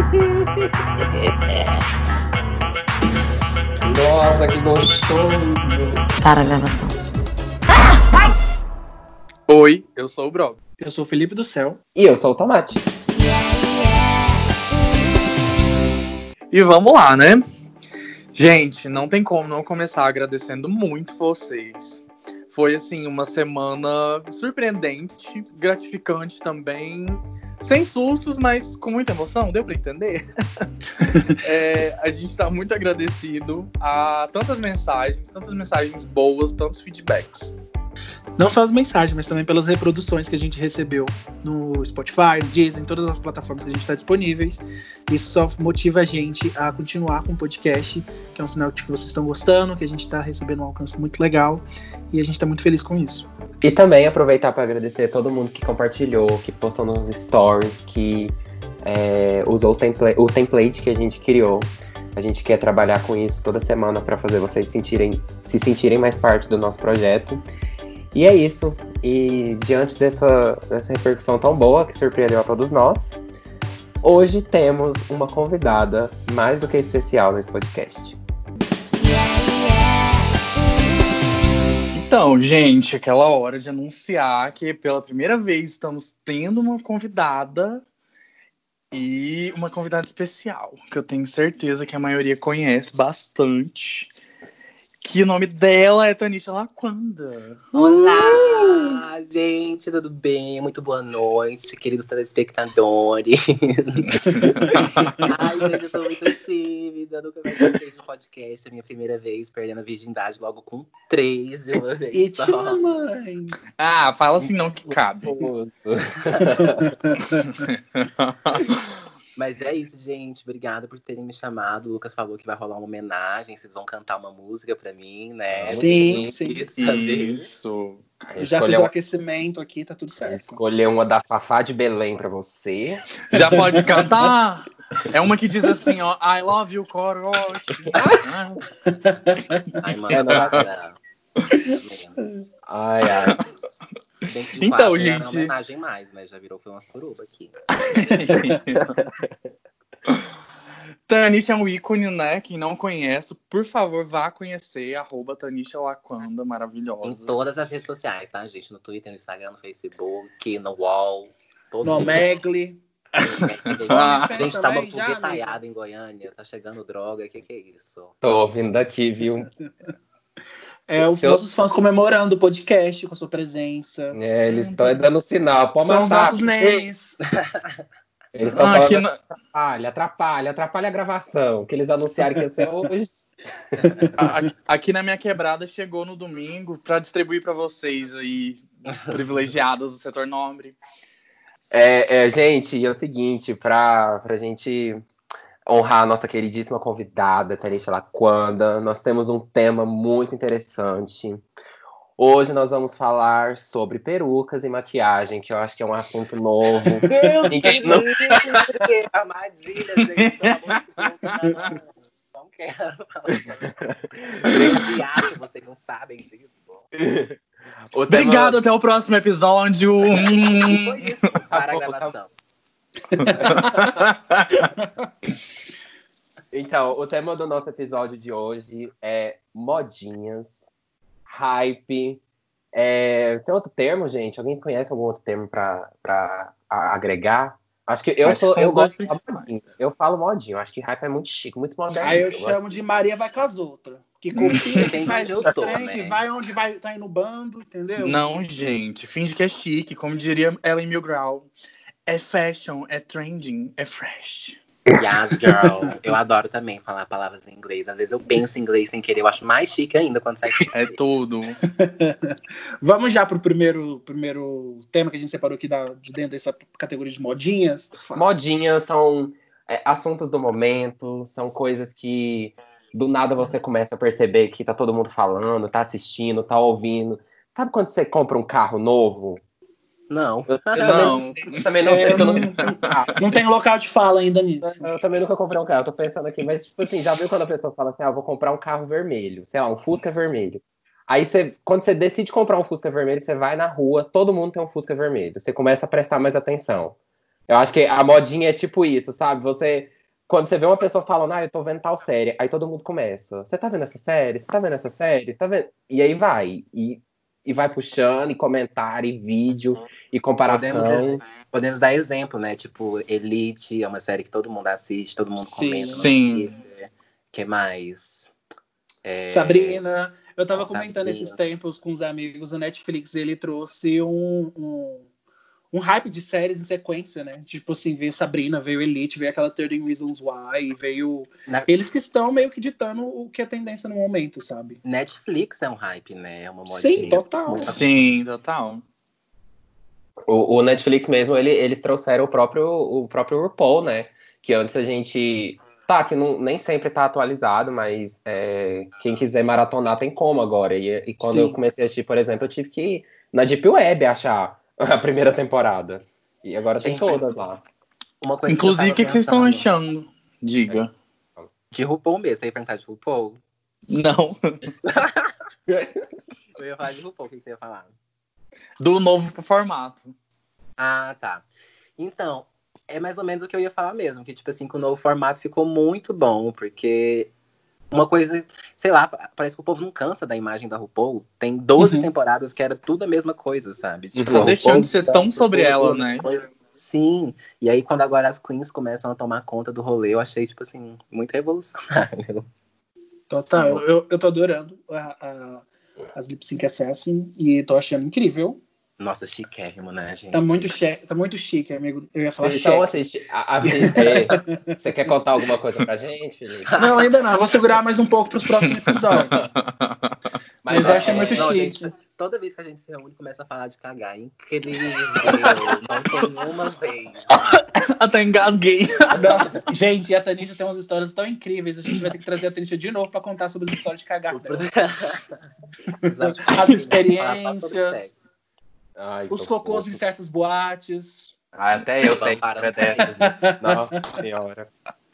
Nossa, que gostoso! Para a gravação. Oi, eu sou o Brob. Eu sou o Felipe do Céu. E eu sou o Tomate. E vamos lá, né? Gente, não tem como não começar agradecendo muito vocês. Foi, assim, uma semana surpreendente, gratificante também. Sem sustos, mas com muita emoção, deu pra entender? A gente tá muito agradecido a tantas mensagens boas, tantos feedbacks. Não só as mensagens, mas também pelas reproduções que a gente recebeu no Spotify, no Deezer, em todas as plataformas que a gente está disponíveis. Isso só motiva a gente a continuar com o podcast, que é um sinal de que vocês estão gostando, que a gente está recebendo um alcance muito legal e a gente está muito feliz com isso. E também aproveitar para agradecer a todo mundo que compartilhou, que postou nos stories, que usou o template que a gente criou. A gente quer trabalhar com isso toda semana para fazer vocês se sentirem mais parte do nosso projeto. E é isso. E diante dessa repercussão tão boa que surpreendeu a todos nós, hoje temos uma convidada mais do que especial nesse podcast. Então, gente, aquela hora de anunciar que pela primeira vez estamos tendo uma convidada e uma convidada especial, que eu tenho certeza que a maioria conhece bastante. Que o nome dela é Tanisha Laquanda. Olá, gente, tudo bem? Muito boa noite, queridos telespectadores. Ai, gente, eu tô muito tímida, nunca mais participei de um podcast, é a minha primeira vez, perdendo a virgindade logo com 3 de uma vez. E tia mãe! Ah, fala assim não que cabe. Mas é isso, gente. Obrigada por terem me chamado. O Lucas falou que vai rolar uma homenagem. Vocês vão cantar uma música pra mim, né? Sim. Isso. Já fiz o aquecimento aqui, tá tudo certo. Escolher uma da Fafá de Belém pra você. Já pode cantar? É uma que diz assim, ó, I love you, corote. Ai, mano, não. Ai. Então, gente. Não é gente. uma homenagem mais, né? Já virou, foi uma suruba aqui. Tanisha é um ícone, né? Quem não conhece, por favor, vá conhecer. @Tanisha Laquanda, maravilhosa. Em todas as redes sociais, tá, gente? No Twitter, no Instagram, no Facebook, no Wall. No Megli. A gente tá uma foguetalhada em Goiânia. Tá chegando droga. Que é isso? Tô ouvindo daqui, viu? Os nossos fãs comemorando o podcast com a sua presença. Eles estão dando sinal. Pode São os matar. nossos nenes. Eles estão falando atrapalha a gravação, que eles anunciaram que ia ser hoje. Aqui na minha quebrada chegou no domingo pra distribuir pra vocês aí, privilegiados do setor nobre. Gente, é o seguinte, pra gente honrar a nossa queridíssima convidada, Tanisha Laquanda, nós temos um tema muito interessante. Hoje nós vamos falar sobre perucas e maquiagem, que eu acho que é um assunto novo. Ninguém não... Armadilha, gente, pelo amor de Deus. Não quero falar. Vocês não sabem disso. Obrigado, até o próximo episódio. Foi isso, para a gravação. Então, o tema do nosso episódio de hoje é modinhas, hype. Tem outro termo, gente? Alguém conhece algum outro termo pra agregar? Acho que eu gosto de modinha. Eu falo modinho. Acho que hype é muito chique, muito moderno. Aí eu chamo de Maria vai com as outras. Que copia, quem faz os trem, que vai onde vai, tá indo no bando, entendeu? Não, gente. Finge que é chique. Como diria Ellen Milgrau. É fashion, é trending, é fresh. Yes, girl. Eu adoro também falar palavras em inglês. Às vezes eu penso em inglês sem querer. Eu acho mais chique ainda quando sai. É tudo. Vamos já pro primeiro tema que a gente separou aqui de dentro dessa categoria de modinhas. Modinhas são assuntos do momento, são coisas que do nada você começa a perceber que tá todo mundo falando, tá assistindo, tá ouvindo. Sabe quando você compra um carro novo? Não. Eu também não sei. Não tem local de fala ainda nisso. Eu também nunca comprei um carro, eu tô pensando aqui, mas tipo assim, já viu quando a pessoa fala assim, vou comprar um carro vermelho, sei lá, um Fusca vermelho. Aí quando você decide comprar um Fusca vermelho, você vai na rua, todo mundo tem um Fusca vermelho. Você começa a prestar mais atenção. Eu acho que a modinha é tipo isso, sabe? Você quando você vê uma pessoa falando, eu tô vendo tal série, aí todo mundo começa. Você tá vendo essa série? Você tá vendo essa série? Você tá vendo? E aí vai. E vai puxando, e comentário, e vídeo, e comparação. Podemos dar exemplo, né? Tipo, Elite é uma série que todo mundo assiste, todo mundo comenta no Sim. Twitter. Que mais? Sabrina. Eu tava comentando Sabrina. esses tempos com os amigos, o Netflix, ele trouxe um hype de séries em sequência, né? Tipo assim, veio Sabrina, veio Elite, veio aquela 13 Reasons Why, veio... Eles que estão meio que ditando o que é tendência no momento, sabe? Netflix é um hype, né? É uma modinha. Sim, total. Sim, total. O Netflix mesmo, eles trouxeram o próprio RuPaul, né? Que antes a gente... que nem sempre tá atualizado, mas quem quiser maratonar tem como agora. E quando eu comecei a assistir, por exemplo, eu tive que ir na Deep Web achar a primeira temporada. E agora tem todas lá. Uma coisa Inclusive, o que vocês estão achando? Diga. De RuPaul mesmo, você ia perguntar de RuPaul? Não. Eu ia falar de RuPaul, o que você ia falar? Do novo formato. Ah, tá. Então, é mais ou menos o que eu ia falar mesmo, que tipo assim, que o novo formato ficou muito bom, porque uma coisa, sei lá, parece que o povo não cansa da imagem da RuPaul. Tem 12 temporadas que era tudo a mesma coisa, sabe? Tipo, tá deixando de ser tão sobre ela, né? Sim, e aí quando agora as queens começam a tomar conta do rolê, eu achei, tipo assim, muito revolucionário. Total, eu tô adorando as Lip Sync Assassin e tô achando incrível. Nossa, chiquérrimo, né, gente? Tá muito chique, amigo. Eu ia falar Então, chique. Você quer contar alguma coisa pra gente, Felipe? Não, ainda não. Eu vou segurar mais um pouco pros próximos episódios. Mas eu achei muito chique. Gente, toda vez que a gente se reúne, começa a falar de cagar. Incrível. Não tem uma vez. Até engasguei. Nossa, gente, e a Tanisha tem umas histórias tão incríveis. A gente vai ter que trazer a Tanisha de novo pra contar sobre as histórias de cagar dela. As experiências. Os cocôs em certas boates. Até eu tenho dessas. Nossa senhora.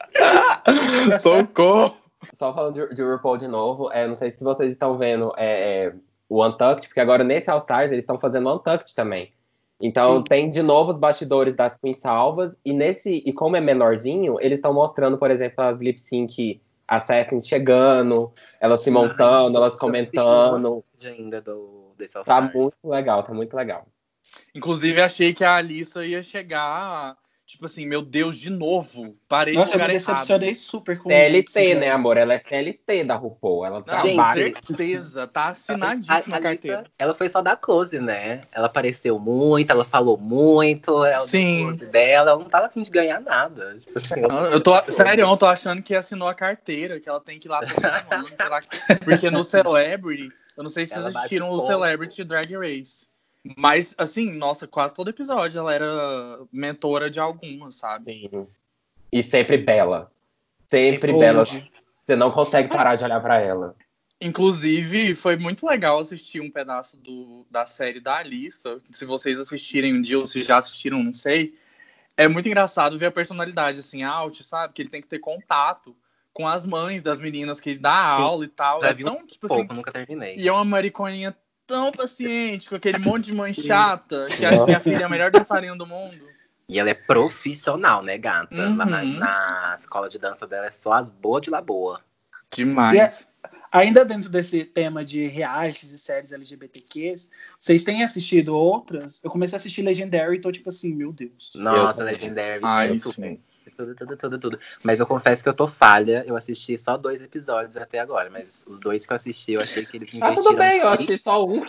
Socorro! Só falando de RuPaul de novo, não sei se vocês estão vendo o Untucked, porque agora nesse All Stars eles estão fazendo o Untucked também. Então tem de novo os bastidores das Queen Salvas, e como é menorzinho, eles estão mostrando, por exemplo, as lip sync assassins chegando, elas se montando, elas comentando. Ainda desse All Tá Stars. muito legal, tá muito legal. Inclusive, achei que a Alissa ia chegar, tipo assim, meu Deus, de novo. Parei Nossa, de eu lugar me decepcionei errado. super com CLT, né, amor? Ela é CLT da RuPaul. Ela Não, trabalha. certeza, tá assinadíssima a carteira. Ela foi só dar close, né? Ela apareceu muito, ela falou muito, ela deu close dela, ela não tava a fim de ganhar nada. Tipo, Sério, eu tô achando que assinou a carteira, que ela tem que ir lá toda semana, sei lá. Porque no Celebrity, eu não sei se vocês assistiram o Celebrity Drag Race. Mas, assim, nossa, quase todo episódio ela era mentora de alguma, sabe? Sim. E sempre bela. Sempre bela. Você não consegue parar de olhar pra ela. Inclusive, foi muito legal assistir um pedaço da série da Alissa. Se vocês assistirem um dia, ou se já assistiram, não sei. É muito engraçado ver a personalidade, assim, out, sabe? Que ele tem que ter contato com as mães das meninas que ele dá aula e tal. Já vi tão, tipo pouco, assim, nunca terminei. E é uma mariconinha tão paciente, com aquele monte de mãe chata, que acha que a filha é a melhor dançarina do mundo. E ela é profissional, né, gata? Na escola de dança dela é só as boas de lá boa. Demais. Ainda dentro desse tema de realities e séries LGBTQs, vocês têm assistido outras? Eu comecei a assistir Legendary e tô tipo assim, meu Deus. Nossa, Legendary. Ai, sim. Tudo. Mas eu confesso que eu tô falha. Eu assisti só 2 episódios até agora. Mas os 2 que eu assisti, eu achei que eles investiram... tudo bem, eu assisti só um.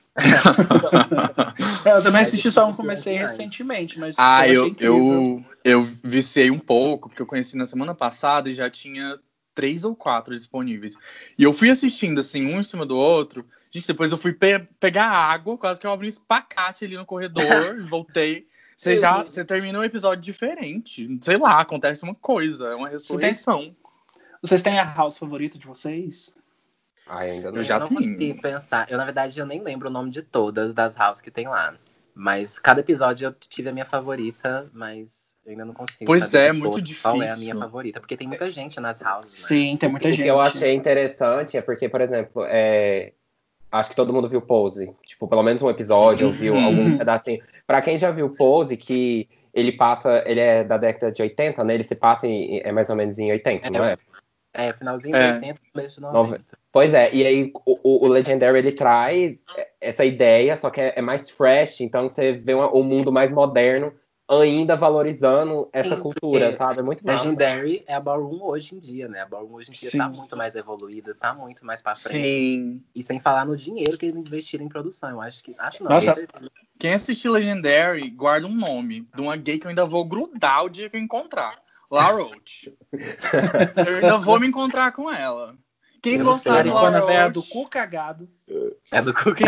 Eu também assisti só um, comecei recentemente, mas eu viciei um pouco, porque eu conheci na semana passada e já tinha 3 ou 4 disponíveis. E eu fui assistindo, assim, um em cima do outro. Gente, depois eu fui pegar água, quase que eu abri um espacate ali no corredor e voltei. Você termina um episódio diferente. Sei lá, acontece uma coisa, é uma ressurreição. Vocês têm a house favorita de vocês? Ainda não. Eu não consegui pensar. Na verdade, eu nem lembro o nome de todas das houses que tem lá. Mas cada episódio eu tive a minha favorita, mas eu ainda não consigo. Pois é, muito difícil. Qual é a minha favorita? Porque tem muita gente nas houses, né? Sim, tem muita gente. O que eu achei interessante é porque, por exemplo, acho que todo mundo viu Pose. Tipo, pelo menos um episódio, ou viu algum pedacinho. Pra quem já viu Pose, que ele é da década de 80, né? Ele se passa é mais ou menos em 80, não é? É, finalzinho de 80, começo de 90. Pois é, e aí o Legendary, ele traz essa ideia, só que é mais fresh, então você vê um mundo mais moderno, ainda valorizando essa cultura, sabe? É muito massa. Legendary é a Ballroom hoje em dia, né? A Ballroom hoje em dia tá muito mais evoluída, tá muito mais pra frente. Sim. E sem falar no dinheiro que eles investiram em produção, eu acho não. Nossa, quem assistiu Legendary, guarda um nome de uma gay que eu ainda vou grudar o dia que eu encontrar. La Roach. Eu ainda vou me encontrar com ela. Quem gostar de La Roach... é do cu cagado. É do cu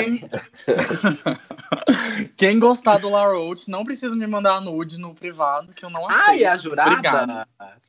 Quem gostar do La Roach não precisa me mandar nude no privado, que eu não aceito. Ai, a jurada? Obrigado.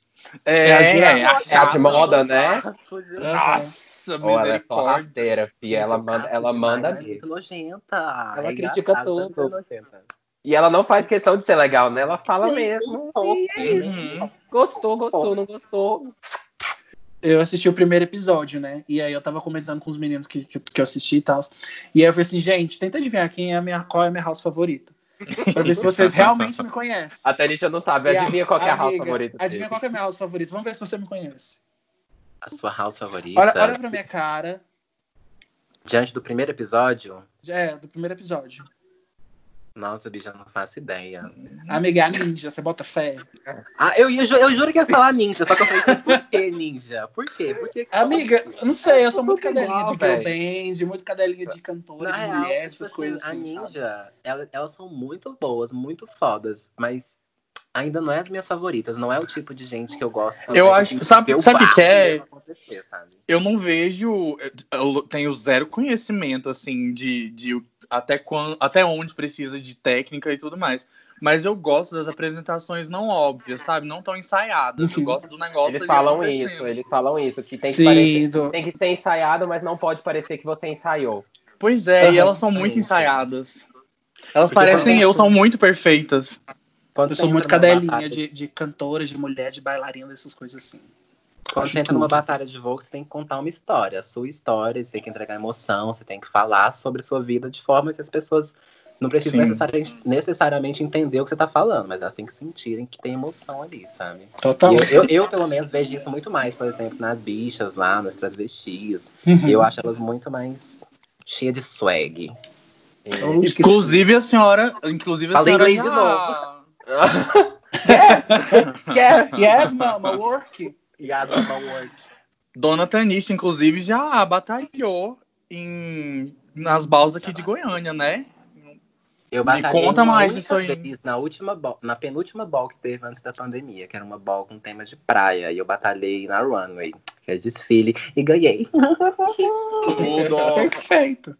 É a de moda, né? Nossa, ela é só rasteira, filha. Ela manda é muito nojenta. Ela critica tudo. E ela não faz questão de ser legal, né? Ela fala mesmo. Gostou, não gostou. Eu assisti o primeiro episódio, né? E aí eu tava comentando com os meninos que eu assisti e tal. E aí eu falei assim, gente, tenta adivinhar qual é a minha house favorita. Pra ver se vocês realmente me conhecem. A Tanisha não sabe. Adivinha qual que é a house favorita. Adivinha qual que é a minha house favorita. Vamos ver se você me conhece. A sua house favorita? Olha pra minha cara. Diante do primeiro episódio? Do primeiro episódio. Nossa, bicho, eu não faço ideia. Amiga, a Ninja, você bota fé? Eu juro que ia falar Ninja, só que eu falei, por que Ninja? Por quê? Amiga, eu não sei, eu sou muito cadelinha de girl band, muito cadelinha de cantora, de mulher, essas coisas assim, a Ninja, elas são muito boas, muito fodas, mas ainda não é as minhas favoritas, não é o tipo de gente que eu gosto. Eu acho, sabe o que é? Sabe? Eu não vejo, eu tenho zero conhecimento, assim, de até onde precisa de técnica e tudo mais. Mas eu gosto das apresentações não óbvias, sabe? Não tão ensaiadas. Eu gosto do negócio. Eles falam isso, que tem que parecer, tem que ser ensaiado, mas não pode parecer que você ensaiou. Pois é, e elas são muito ensaiadas. Elas parecem são muito perfeitas. Eu sou muito cadelinha de cantoras, de mulher, de bailarina, essas coisas assim. Quando você entra numa batalha de Vogue, você tem que contar uma história. A sua história, você tem que entregar emoção, você tem que falar sobre a sua vida de forma que as pessoas não precisam necessariamente entender o que você tá falando, mas elas têm que sentirem que tem emoção ali, sabe? Total. Eu, pelo menos, vejo isso muito mais, por exemplo, nas bichas lá, nas transvestis. Eu acho elas muito mais cheias de swag. Inclusive a senhora... Falei inglês de novo. Yes, mama, work. Dona Tanisha, inclusive, já batalhou nas balls aqui de Goiânia, né? Eu batalhei Me conta mais disso aí. Na penúltima ball que teve antes da pandemia, que era uma ball com tema de praia. E eu batalhei na runway, que é desfile, e ganhei. Perfeito.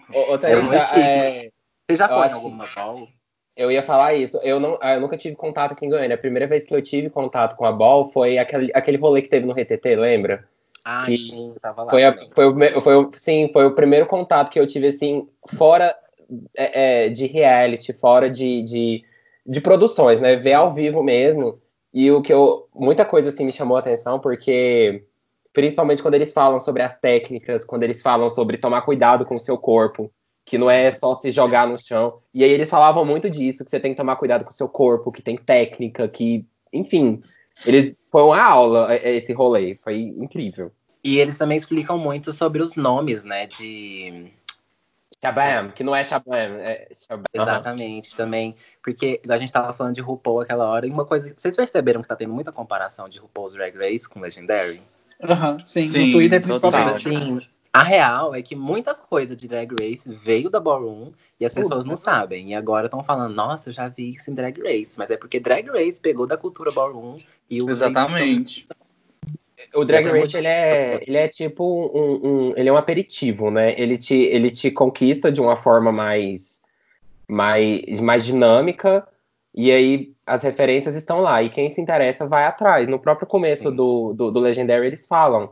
Você já foi em alguma ball? Eu ia falar isso. Eu nunca tive contato aqui em Goiânia. A primeira vez que eu tive contato com a Ball foi aquele rolê que teve no RTT, lembra? Sim, tava lá. Foi o primeiro contato que eu tive, assim, fora de reality, fora de produções, né? Ver ao vivo mesmo. E muita coisa, assim, me chamou a atenção, porque principalmente quando eles falam sobre as técnicas, quando eles falam sobre tomar cuidado com o seu corpo, que não é só se jogar no chão. E aí eles falavam muito disso, que você tem que tomar cuidado com o seu corpo, que tem técnica, que... Enfim, foi uma aula esse rolê, foi incrível. E eles também explicam muito sobre os nomes, né, de... Shabam, que não é Shabam, é Shabam. Exatamente, também. Porque a gente tava falando de RuPaul aquela hora, e uma coisa... Vocês perceberam que tá tendo muita comparação de RuPaul's Drag Race com Legendary? Sim, no Twitter principalmente. Sim. A real é que muita coisa de Drag Race veio da Ballroom e as pessoas não sabem. E agora estão falando, nossa, eu já vi isso em Drag Race. Mas é porque Drag Race pegou da cultura Ballroom e usa. Exatamente. O Drag Race, ele é tipo ele é um aperitivo, né? Ele te conquista de uma forma mais dinâmica, e aí as referências estão lá. E quem se interessa vai atrás. No próprio começo do Legendary, eles falam...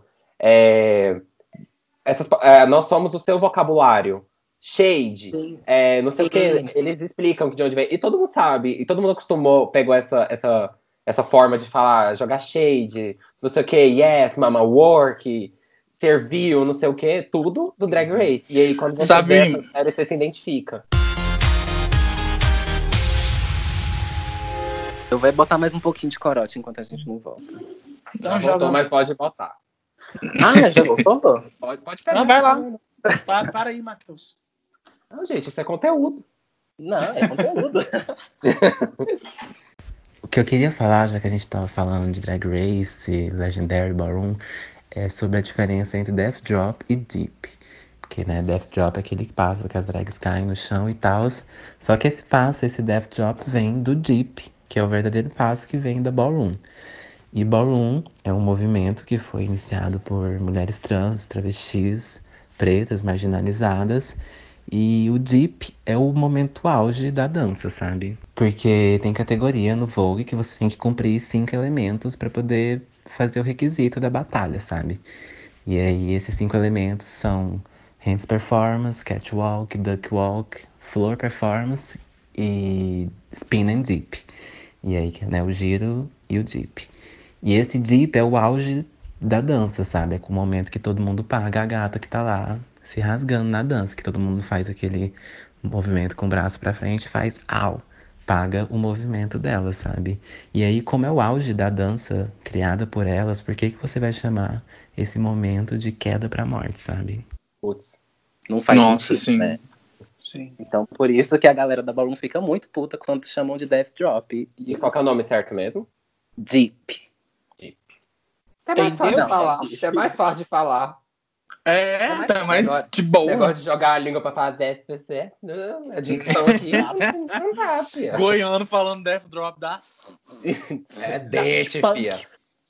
nós somos o seu vocabulário. Shade, não sei o que, eles explicam de onde vem. E todo mundo sabe, e todo mundo pegou essa forma de falar, jogar shade, não sei o que, yes, mama, work, serviu, não sei o que, tudo do Drag Race. E aí quando você vê essa série, você se identifica. Eu vou botar mais um pouquinho de corote enquanto a gente não volta. Então Já voltou, mas pode botar. Ah, já voltou? Pode pegar. Não, vai lá. Para aí, Matheus. Não, gente, isso é conteúdo. Não, é conteúdo. O que eu queria falar, já que a gente tava falando de Drag Race, Legendary Ballroom, é sobre a diferença entre Death Drop e Deep. Porque, né, Death Drop é aquele passo que as drags caem no chão e tal. Só que esse Death Drop vem do Deep, que é o verdadeiro passo que vem da Ballroom. E Ballroom é um movimento que foi iniciado por mulheres trans, travestis, pretas, marginalizadas. E o Deep é o momento auge da dança, sabe? Porque tem categoria no Vogue que você tem que cumprir 5 elementos para poder fazer o requisito da batalha, sabe? E aí esses 5 elementos são Hands Performance, Catwalk, Duck Walk, Floor Performance e Spin and Dip. E aí, né, o giro e o dip. E esse dip é o auge da dança, sabe? É o momento que todo mundo paga a gata que tá lá se rasgando na dança, que todo mundo faz aquele movimento com o braço pra frente, faz au, paga o movimento dela, sabe? E aí, como é o auge da dança criada por elas, por que você vai chamar esse momento de queda pra morte, sabe? Putz. Não faz Nossa, sentido, sim. né? Sim. Então, por isso que a galera da Ballroom fica muito puta quando chamam de Death Drop. E qual que é o nome certo mesmo? Deep. É mais fácil Entendeu? de falar. Isso é mais fácil de falar. Tá mais de boa. Negócio de jogar a língua pra fazer. Não, a dicção aqui não dá, fia. Goiano falando Death Drop da... É date, fia.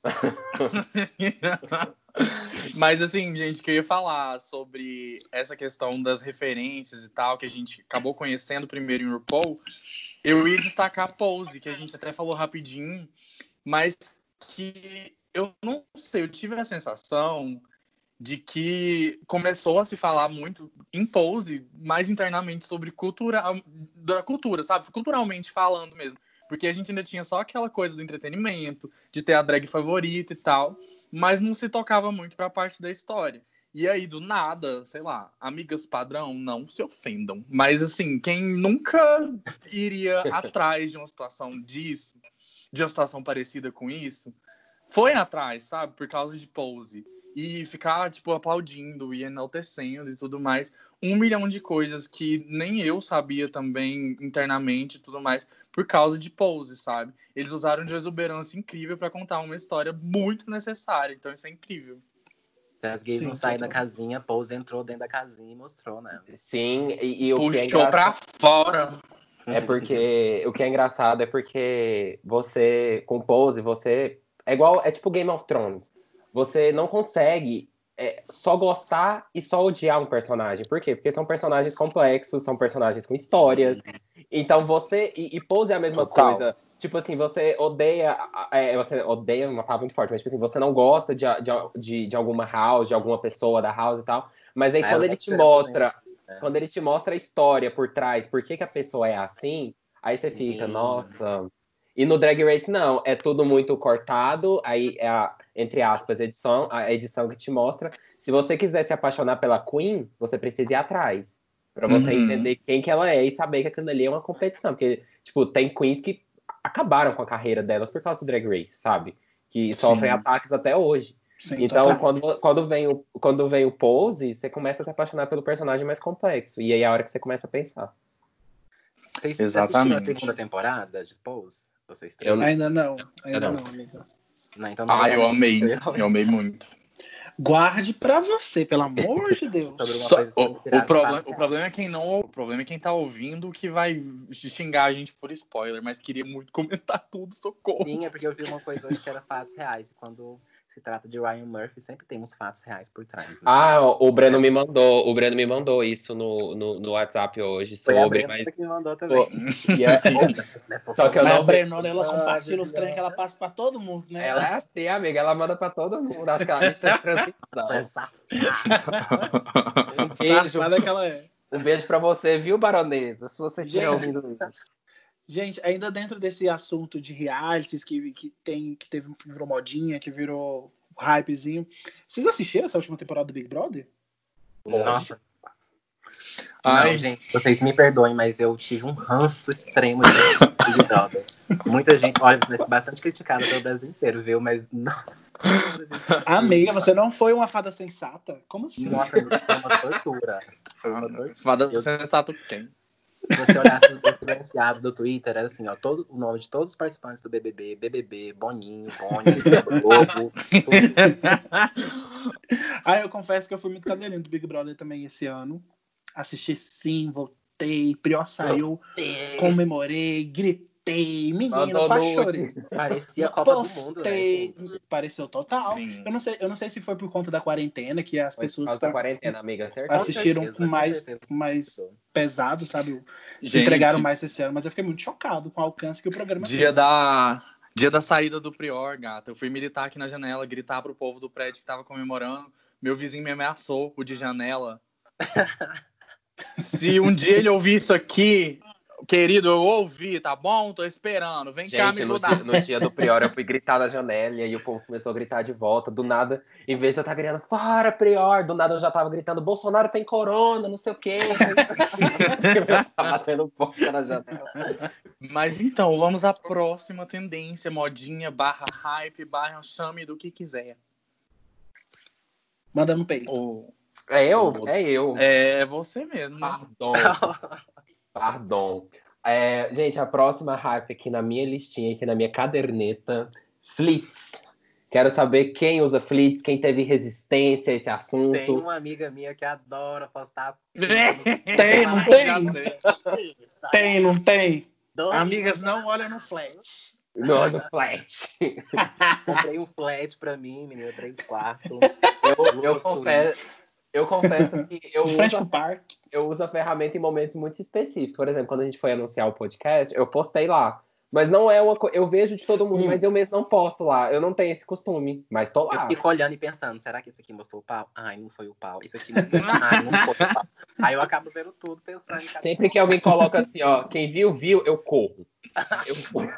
Mas assim, gente, que eu ia falar sobre essa questão das referências e tal, que a gente acabou conhecendo primeiro em RuPaul, eu ia destacar a Pose, que a gente até falou rapidinho, mas que eu não sei, eu tive a sensação de que começou a se falar muito em Pose, mais internamente sobre da cultura, sabe? Culturalmente falando mesmo. Porque a gente ainda tinha só aquela coisa do entretenimento, de ter a drag favorita e tal, mas não se tocava muito pra parte da história. E aí, do nada, sei lá, amigas padrão, não se ofendam. Mas assim, quem nunca iria atrás de uma situação disso, de uma situação parecida com isso, foi atrás, sabe? Por causa de Pose. E ficar, tipo, aplaudindo e enaltecendo e tudo mais. 1 milhão de coisas que nem eu sabia também internamente e tudo mais, por causa de Pose, sabe? Eles usaram de exuberância incrível pra contar uma história muito necessária. Então isso é incrível. Se as gays não saem da casinha, Pose entrou dentro da casinha e mostrou, né? Sim, e o Puxou que é pra fora. É porque o que é engraçado é porque você, com Pose, você é igual, é tipo Game of Thrones. Você não consegue só gostar e só odiar um personagem. Por quê? Porque são personagens complexos, são personagens com histórias. Então você. E Pose é a mesma Total. coisa. Tipo assim, você odeia. Você odeia uma palavra muito forte, mas tipo assim, você não gosta de alguma house, de alguma pessoa da house e tal. Mas aí quando ele te mostra. Quando ele te mostra a história por trás, por que a pessoa é assim, aí você fica, nossa. E no Drag Race, não. É tudo muito cortado. Aí é entre aspas, a edição que te mostra. Se você quiser se apaixonar pela Queen, você precisa ir atrás. Pra você entender quem que ela é e saber que aquilo ali é uma competição. Porque, tipo, tem Queens que acabaram com a carreira delas por causa do Drag Race, sabe? Que sofrem ataques até hoje. Sim, então, quando vem o Pose, você começa a se apaixonar pelo personagem mais complexo. E aí é a hora que você começa a pensar. Vocês assistiram a segunda temporada de Pose? Vocês três? Ainda não, amiga. Não, então não eu amei muito. Guarde pra você, pelo amor de Deus. O problema é quem tá ouvindo que vai xingar a gente por spoiler, mas queria muito comentar tudo, socorro. Sim, é porque eu vi uma coisa hoje que era fatos reais, e quando se trata de Ryan Murphy, sempre tem uns fatos reais por trás. Né? O Breno me mandou isso no WhatsApp hoje. Foi a Breno que me mandou também. Só que eu não. A Breno, ela compartilha os treinos que ela passa pra todo mundo, né? Ela é assim, amiga, ela manda pra todo mundo. Acho que ela nem tem transmissão. Um beijo pra você, viu, baronesa? Se você estiver ouvindo isso. Gente, ainda dentro desse assunto de realities que virou modinha, que virou hypezinho, vocês assistiram essa última temporada do Big Brother? Nossa. Não, gente, vocês me perdoem, mas eu tive um ranço extremo de Big Brother. Muita gente, olha, você vai ser bastante criticada pelo Brasil inteiro, viu? Mas, nossa. Amiga, você não foi uma fada sensata? Como assim? Nossa, amiga, foi uma tortura. Foi uma tortura. Fada sensato quem? Se você olhasse o influenciado do Twitter, era assim, ó, o nome de todos os participantes do BBB, Boninho, Boni, Globo, Eu confesso que eu fui muito cadelinho do Big Brother também esse ano. Assisti sim, voltei, Prior saiu, comemorei, gritei, menino, quase chorei. Parecia a Copa do Mundo, né, gente? Pareceu total. Sim. Eu não sei se foi por conta da quarentena que as Foi por pessoas causa da quarentena, amiga, certo? assistiram certeza, com mais com certeza. pesado, sabe? Se Gente, entregaram mais esse ano, mas eu fiquei muito chocado com o alcance que o programa dia teve. dia da saída do Prior, gata. Eu fui militar aqui na janela, gritar pro povo do prédio que tava comemorando. Meu vizinho me ameaçou, o de janela. Se um dia ele ouvir isso aqui, querido, eu ouvi, tá bom? Tô esperando. Vem cá me Gente, ajudar. no dia do Prior, eu fui gritar na janela e aí o povo começou a gritar de volta. Do nada, em vez de eu estar gritando, fora, Prior, do nada eu já tava gritando, Bolsonaro tem corona, não sei o quê. Tá batendo porta na janela. Mas então, vamos à próxima tendência, modinha, /hype, chame do que quiser. Manda no peito. É eu? É eu. É você mesmo. Pardon. Gente, a próxima hype aqui na minha listinha, aqui na minha caderneta, Flits. Quero saber quem usa Flits, quem teve resistência a esse assunto. Tem uma amiga minha que adora postar. Tem, não tem? Tem, não tem? Amigas, não olham no flat. Não, no flat. Comprei um flat pra mim, menina, 3 quartos. Eu confesso que eu uso a ferramenta em momentos muito específicos. Por exemplo, quando a gente foi anunciar o podcast, eu postei lá. Mas não é uma coisa. Eu vejo de todo mundo, mas eu mesmo não posto lá. Eu não tenho esse costume, mas tô lá. Eu fico olhando e pensando, será que esse aqui mostrou o pau? Ai, não foi o pau. Isso aqui mostrou ai, não foi o pau. Aí eu acabo vendo tudo pensando. Sempre que alguém coloca assim, ó, quem viu, eu corro. Eu corro.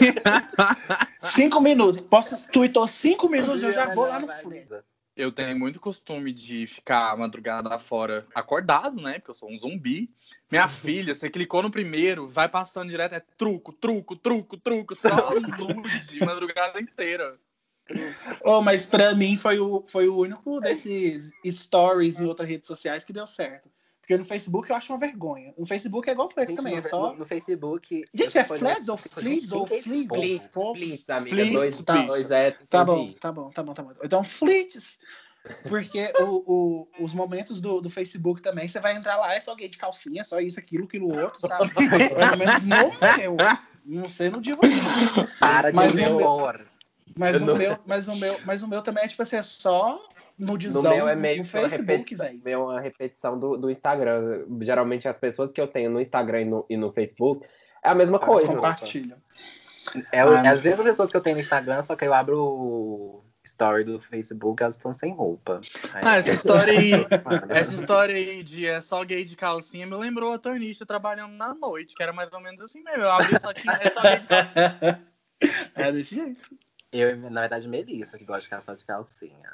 5 minutos. Tweetou 5 minutos, eu já vou lá no flat. Eu tenho muito costume de ficar a madrugada fora acordado, né? Porque eu sou um zumbi. Minha filha, você clicou no primeiro, vai passando direto, é truco, só nude, madrugada inteira. Mas pra mim foi o único desses stories e outras redes sociais que deu certo. Porque no Facebook eu acho uma vergonha. No Facebook é igual Flex também, é só... No Facebook... Gente, é Fleds ou Fleets ou Fleets? Flits, amiga. Dois Tá bom. Então, Fleets. Porque os momentos do Facebook também, você vai entrar lá, é só gay de calcinha, só isso, aquilo outro, sabe? Pelo menos no meu. Não sei no de vocês. Para de humor. Mas o meu também é tipo assim, é só nudizão no meu é meio no Facebook, velho. É uma repetição do Instagram. Geralmente as pessoas que eu tenho no Instagram e no Facebook é a mesma coisa. Compartilham. Às vezes as pessoas que eu tenho no Instagram, só que eu abro o story do Facebook, elas estão sem roupa. Essa história aí de é só gay de calcinha me lembrou a Tanista trabalhando na noite, que era mais ou menos assim mesmo. Eu abri só gay de calcinha. É desse jeito. Eu, na verdade, Melissa, que gosta de ficar só de calcinha.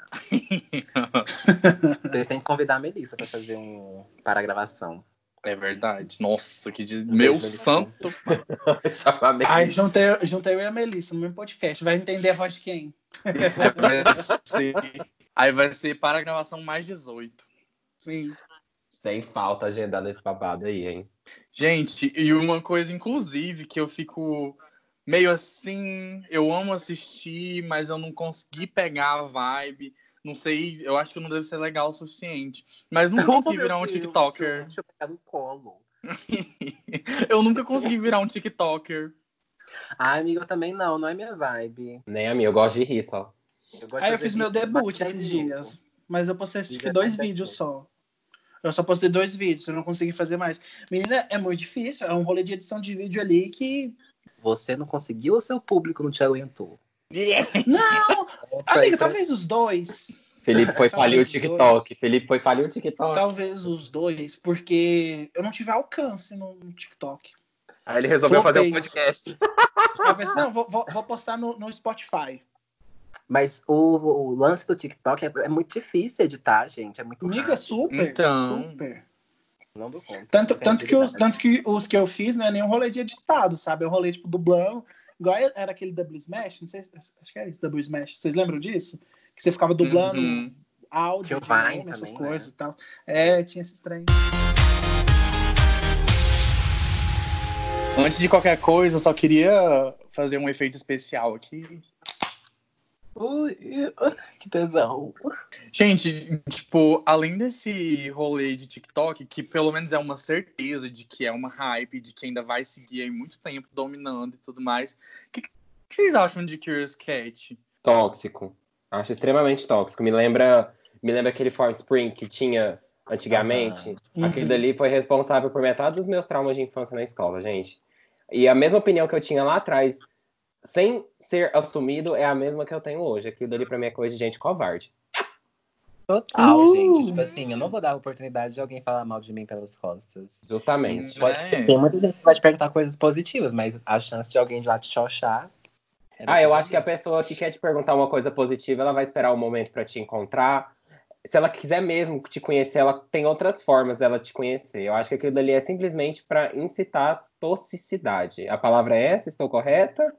Vocês têm que convidar a Melissa pra fazer para a gravação. É verdade. Nossa, que meu santo. Ai, juntei eu e a Melissa no mesmo podcast. Vai entender a voz de quem? Aí vai ser para a gravação mais 18. Sim. Sem falta agendar esse babado aí, hein? Gente, e uma coisa, inclusive, que eu fico meio assim, eu amo assistir, mas eu não consegui pegar a vibe. Não sei, eu acho que não deve ser legal o suficiente. Mas nunca consegui virar um TikToker. Deixa eu pegar no colo. Eu nunca consegui virar um TikToker. Ai, amigo, eu também não é minha vibe. Nem a minha, eu gosto de rir só. Eu fiz meu debut esses dias. Mas eu postei 2 vídeos só. Eu só postei 2 vídeos, eu não consegui fazer mais. Menina, é muito difícil. É um rolê de edição de vídeo ali que... Você não conseguiu ou seu público não te aguentou? Não! Amiga, talvez os 2. Felipe foi falir o TikTok. Talvez os 2, porque eu não tive alcance no TikTok. Aí ele resolveu fazer um podcast. Não, vou postar no Spotify. Mas o lance do TikTok é muito difícil editar, gente. É muito Amiga, super. Então... Super. Não dou conta. Tanto que os que eu fiz não é nem um rolê de editado, sabe? É um rolê, tipo, dublão. Igual era aquele Double Smash, não sei, acho que era isso, Double Smash. Vocês lembram disso? Que você ficava dublando áudio, de nome, essas coisas e tal. Tinha esses trem. Antes de qualquer coisa, eu só queria fazer um efeito especial aqui. Ui, que tesão. Gente, tipo, além desse rolê de TikTok, que pelo menos é uma certeza de que é uma hype, de que ainda vai seguir aí muito tempo dominando e tudo mais, o que vocês acham de Curious Cat? Tóxico. Acho extremamente tóxico. Me lembra aquele Spring que tinha antigamente. Aquele dali foi responsável por metade dos meus traumas de infância na escola, gente. E a mesma opinião que eu tinha lá atrás, sem ser assumido, é a mesma que eu tenho hoje. Aquilo dali pra mim é coisa de gente covarde. Total, gente. Tipo assim, eu não vou dar a oportunidade de alguém falar mal de mim pelas costas. Justamente. Tem muita gente que vai te perguntar coisas positivas, mas a chance de alguém de lá te xoxar... eu acho que a pessoa que quer te perguntar uma coisa positiva, ela vai esperar um momento pra te encontrar. Se ela quiser mesmo te conhecer, ela tem outras formas dela te conhecer. Eu acho que aquilo dali é simplesmente pra incitar toxicidade. A palavra é essa? Estou correta?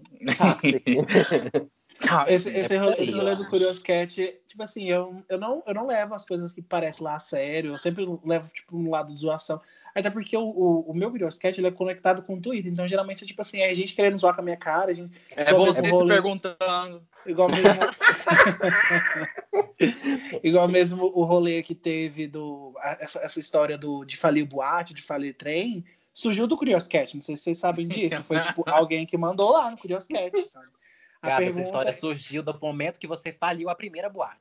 Esse rolê do Curious Cat, tipo assim, eu não levo as coisas que parecem lá a sério, eu sempre levo, tipo, um lado de zoação. Até porque o meu Curious Cat, ele é conectado com o Twitter, então geralmente é tipo assim, é gente querendo zoar com a minha cara, você se perguntando. Igual mesmo... igual mesmo o rolê que teve essa história de falir boate, de falir trem, surgiu do Curious Cat, não sei se vocês sabem disso, foi tipo alguém que mandou lá no Curious Cat, sabe? Essa história surgiu do momento que você faliu a primeira boate.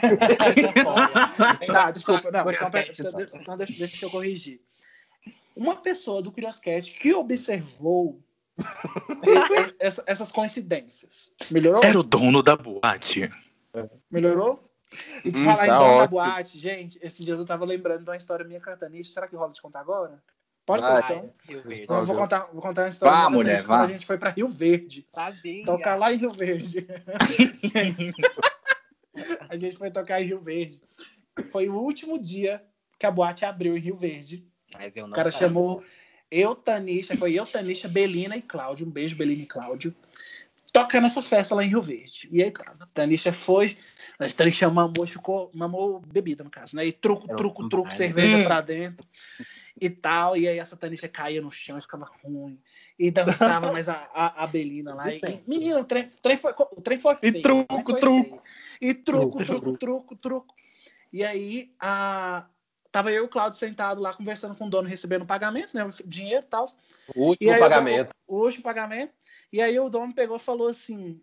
Tá, desculpa. Não, então deixa eu corrigir. Uma pessoa do Curious Cat que observou essas coincidências. Melhorou? Era o dono da boate. Melhorou? E pra falar em dono da boate, gente, esses dias eu tava lembrando de uma história minha cartanista. Será que rola de contar agora? Pode, produção. Vou contar uma história. Vá, mulher, vá. Quando a gente foi pra Rio Verde. Tocar lá em Rio Verde. A gente foi tocar em Rio Verde. Foi o último dia que a boate abriu em Rio Verde. Mas eu não o cara chamou Tanisha, Belina e Cláudio. Um beijo, Belina e Cláudio. Tocar nessa festa lá em Rio Verde. E aí, tá, a Tanisha foi. A Tanisha mamou bebida, no caso, né? E truco, cerveja pra dentro. E tal, e aí essa Tanisha caía no chão e ficava ruim. E dançava mais a Belina lá. E, menina, o trem foi feio. E truco. E truco. E aí, tava eu e o Cláudio sentado lá, conversando com o dono, recebendo o pagamento, né? O dinheiro e tal. O último pagamento. O último pagamento. E aí o dono pegou e falou assim...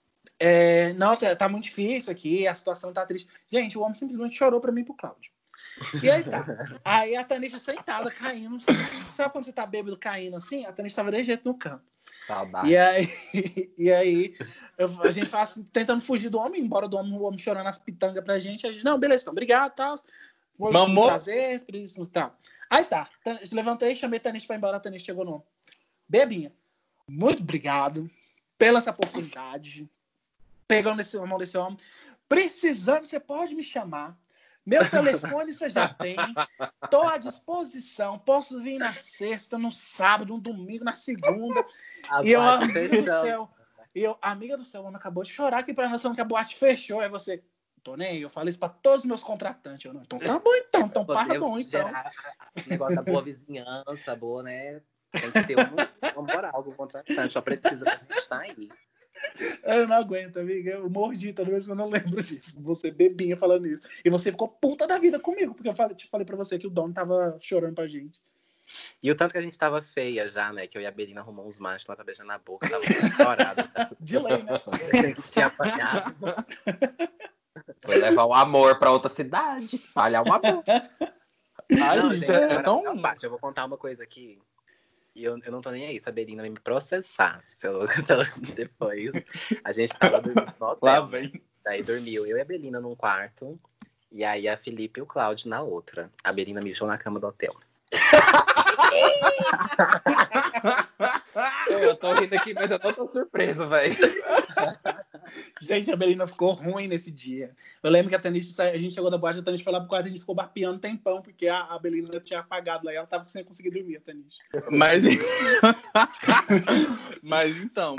Nossa, tá muito difícil aqui, a situação tá triste. Gente, o homem simplesmente chorou pra mim e pro Cláudio. E aí tá. Aí a Tanisha sentada, caindo. Sabe quando você tá bêbado caindo assim? A Tanisha tava de jeito no canto. Saudade. E aí a gente fala assim, tentando fugir do homem, embora o homem chorando as pitangas pra gente. A gente, não, beleza, então, obrigado, tal. Mamou. Prazer, por isso, tal. Aí tá. Levantei, chamei a Tanisha pra ir embora. A Tanisha chegou no Bebinha. Muito obrigado pela essa oportunidade. Pegando a mão desse homem. Precisando, você pode me chamar. Meu telefone você já tem. Tô à disposição. Posso vir na sexta, no sábado, no domingo, na segunda. E eu, amiga do céu. Amiga do céu, o homem acabou de chorar aqui pra noção que a boate fechou. Aí você, tô nem aí. Eu falo isso pra todos os meus contratantes. Eu não, então tá bom então. Então para bom então. O negócio da boa vizinhança, boa, né? Tem que ter uma moral com o contratante. Só precisa pra gente estar aí. Eu não aguento, amiga. Eu mordi toda vez que eu não lembro disso. Você bebinha falando isso. E você ficou puta da vida comigo, porque eu falei pra você que o dono tava chorando pra gente. E o tanto que a gente tava feia já, né? Que eu e a Belina arrumou uns machos lá pra beijar na boca. Tava chorado. De lei, né? Que tinha apanhado. Foi levar o amor pra outra cidade, espalhar o amor. Não, gente, agora, eu vou contar uma coisa aqui. E eu não tô nem aí, se a Belina me processar. Depois, a gente tava dormindo no hotel. Lá vem. Daí dormiu eu e a Belina num quarto. E aí a Felipe e o Cláudio na outra. A Belina mijou na cama do hotel. Eu tô rindo aqui, mas eu não tô surpreso, velho. Gente, a Belina ficou ruim nesse dia. Eu lembro que a gente chegou da boate, a Tanish foi lá pro quarto, a gente ficou barpeando tempão, porque a Belina tinha apagado lá e ela tava sem conseguir dormir, a Tanish. Mas, mas então,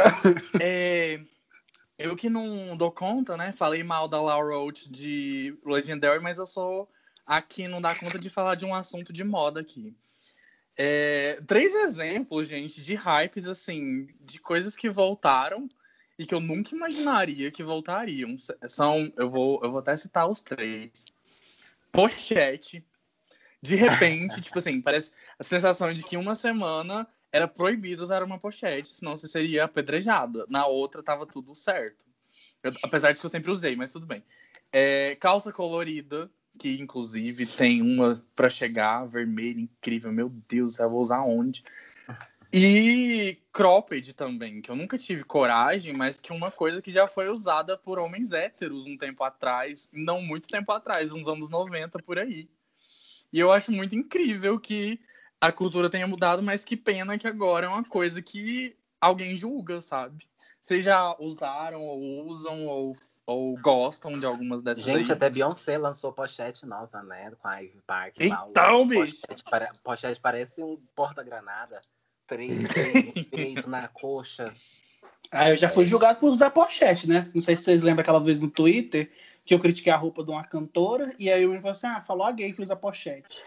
eu que não dou conta, né? Falei mal da Laura Roach de Legendary, mas eu sou aqui não dá conta de falar de um assunto de moda aqui. 3 exemplos, gente, de hypes, assim, de coisas que voltaram e que eu nunca imaginaria que voltariam. Eu vou até citar os 3. Pochete. De repente, tipo assim, parece a sensação de que uma semana era proibido usar uma pochete, senão você seria apedrejado. Na outra tava tudo certo. Apesar de que eu sempre usei, mas tudo bem. Calça colorida, que inclusive tem uma pra chegar, vermelha, incrível. Meu Deus, eu vou usar onde? E cropped também, que eu nunca tive coragem, mas que é uma coisa que já foi usada por homens héteros um tempo atrás, não muito tempo atrás, uns anos 90 por aí. E eu acho muito incrível que a cultura tenha mudado, mas que pena que agora é uma coisa que alguém julga, sabe? Vocês já usaram, ou usam, ou gostam de algumas dessas Gente, aí? até Beyoncé lançou pochete nova, né? Com a Ivy Park. Então, bicho! Pochete parece um porta-granada. 3 no peito, na coxa. Eu já fui julgado por usar pochete, né? Não sei se vocês lembram aquela vez no Twitter que eu critiquei a roupa de uma cantora e aí o menino falou assim, falou a gay que usa pochete.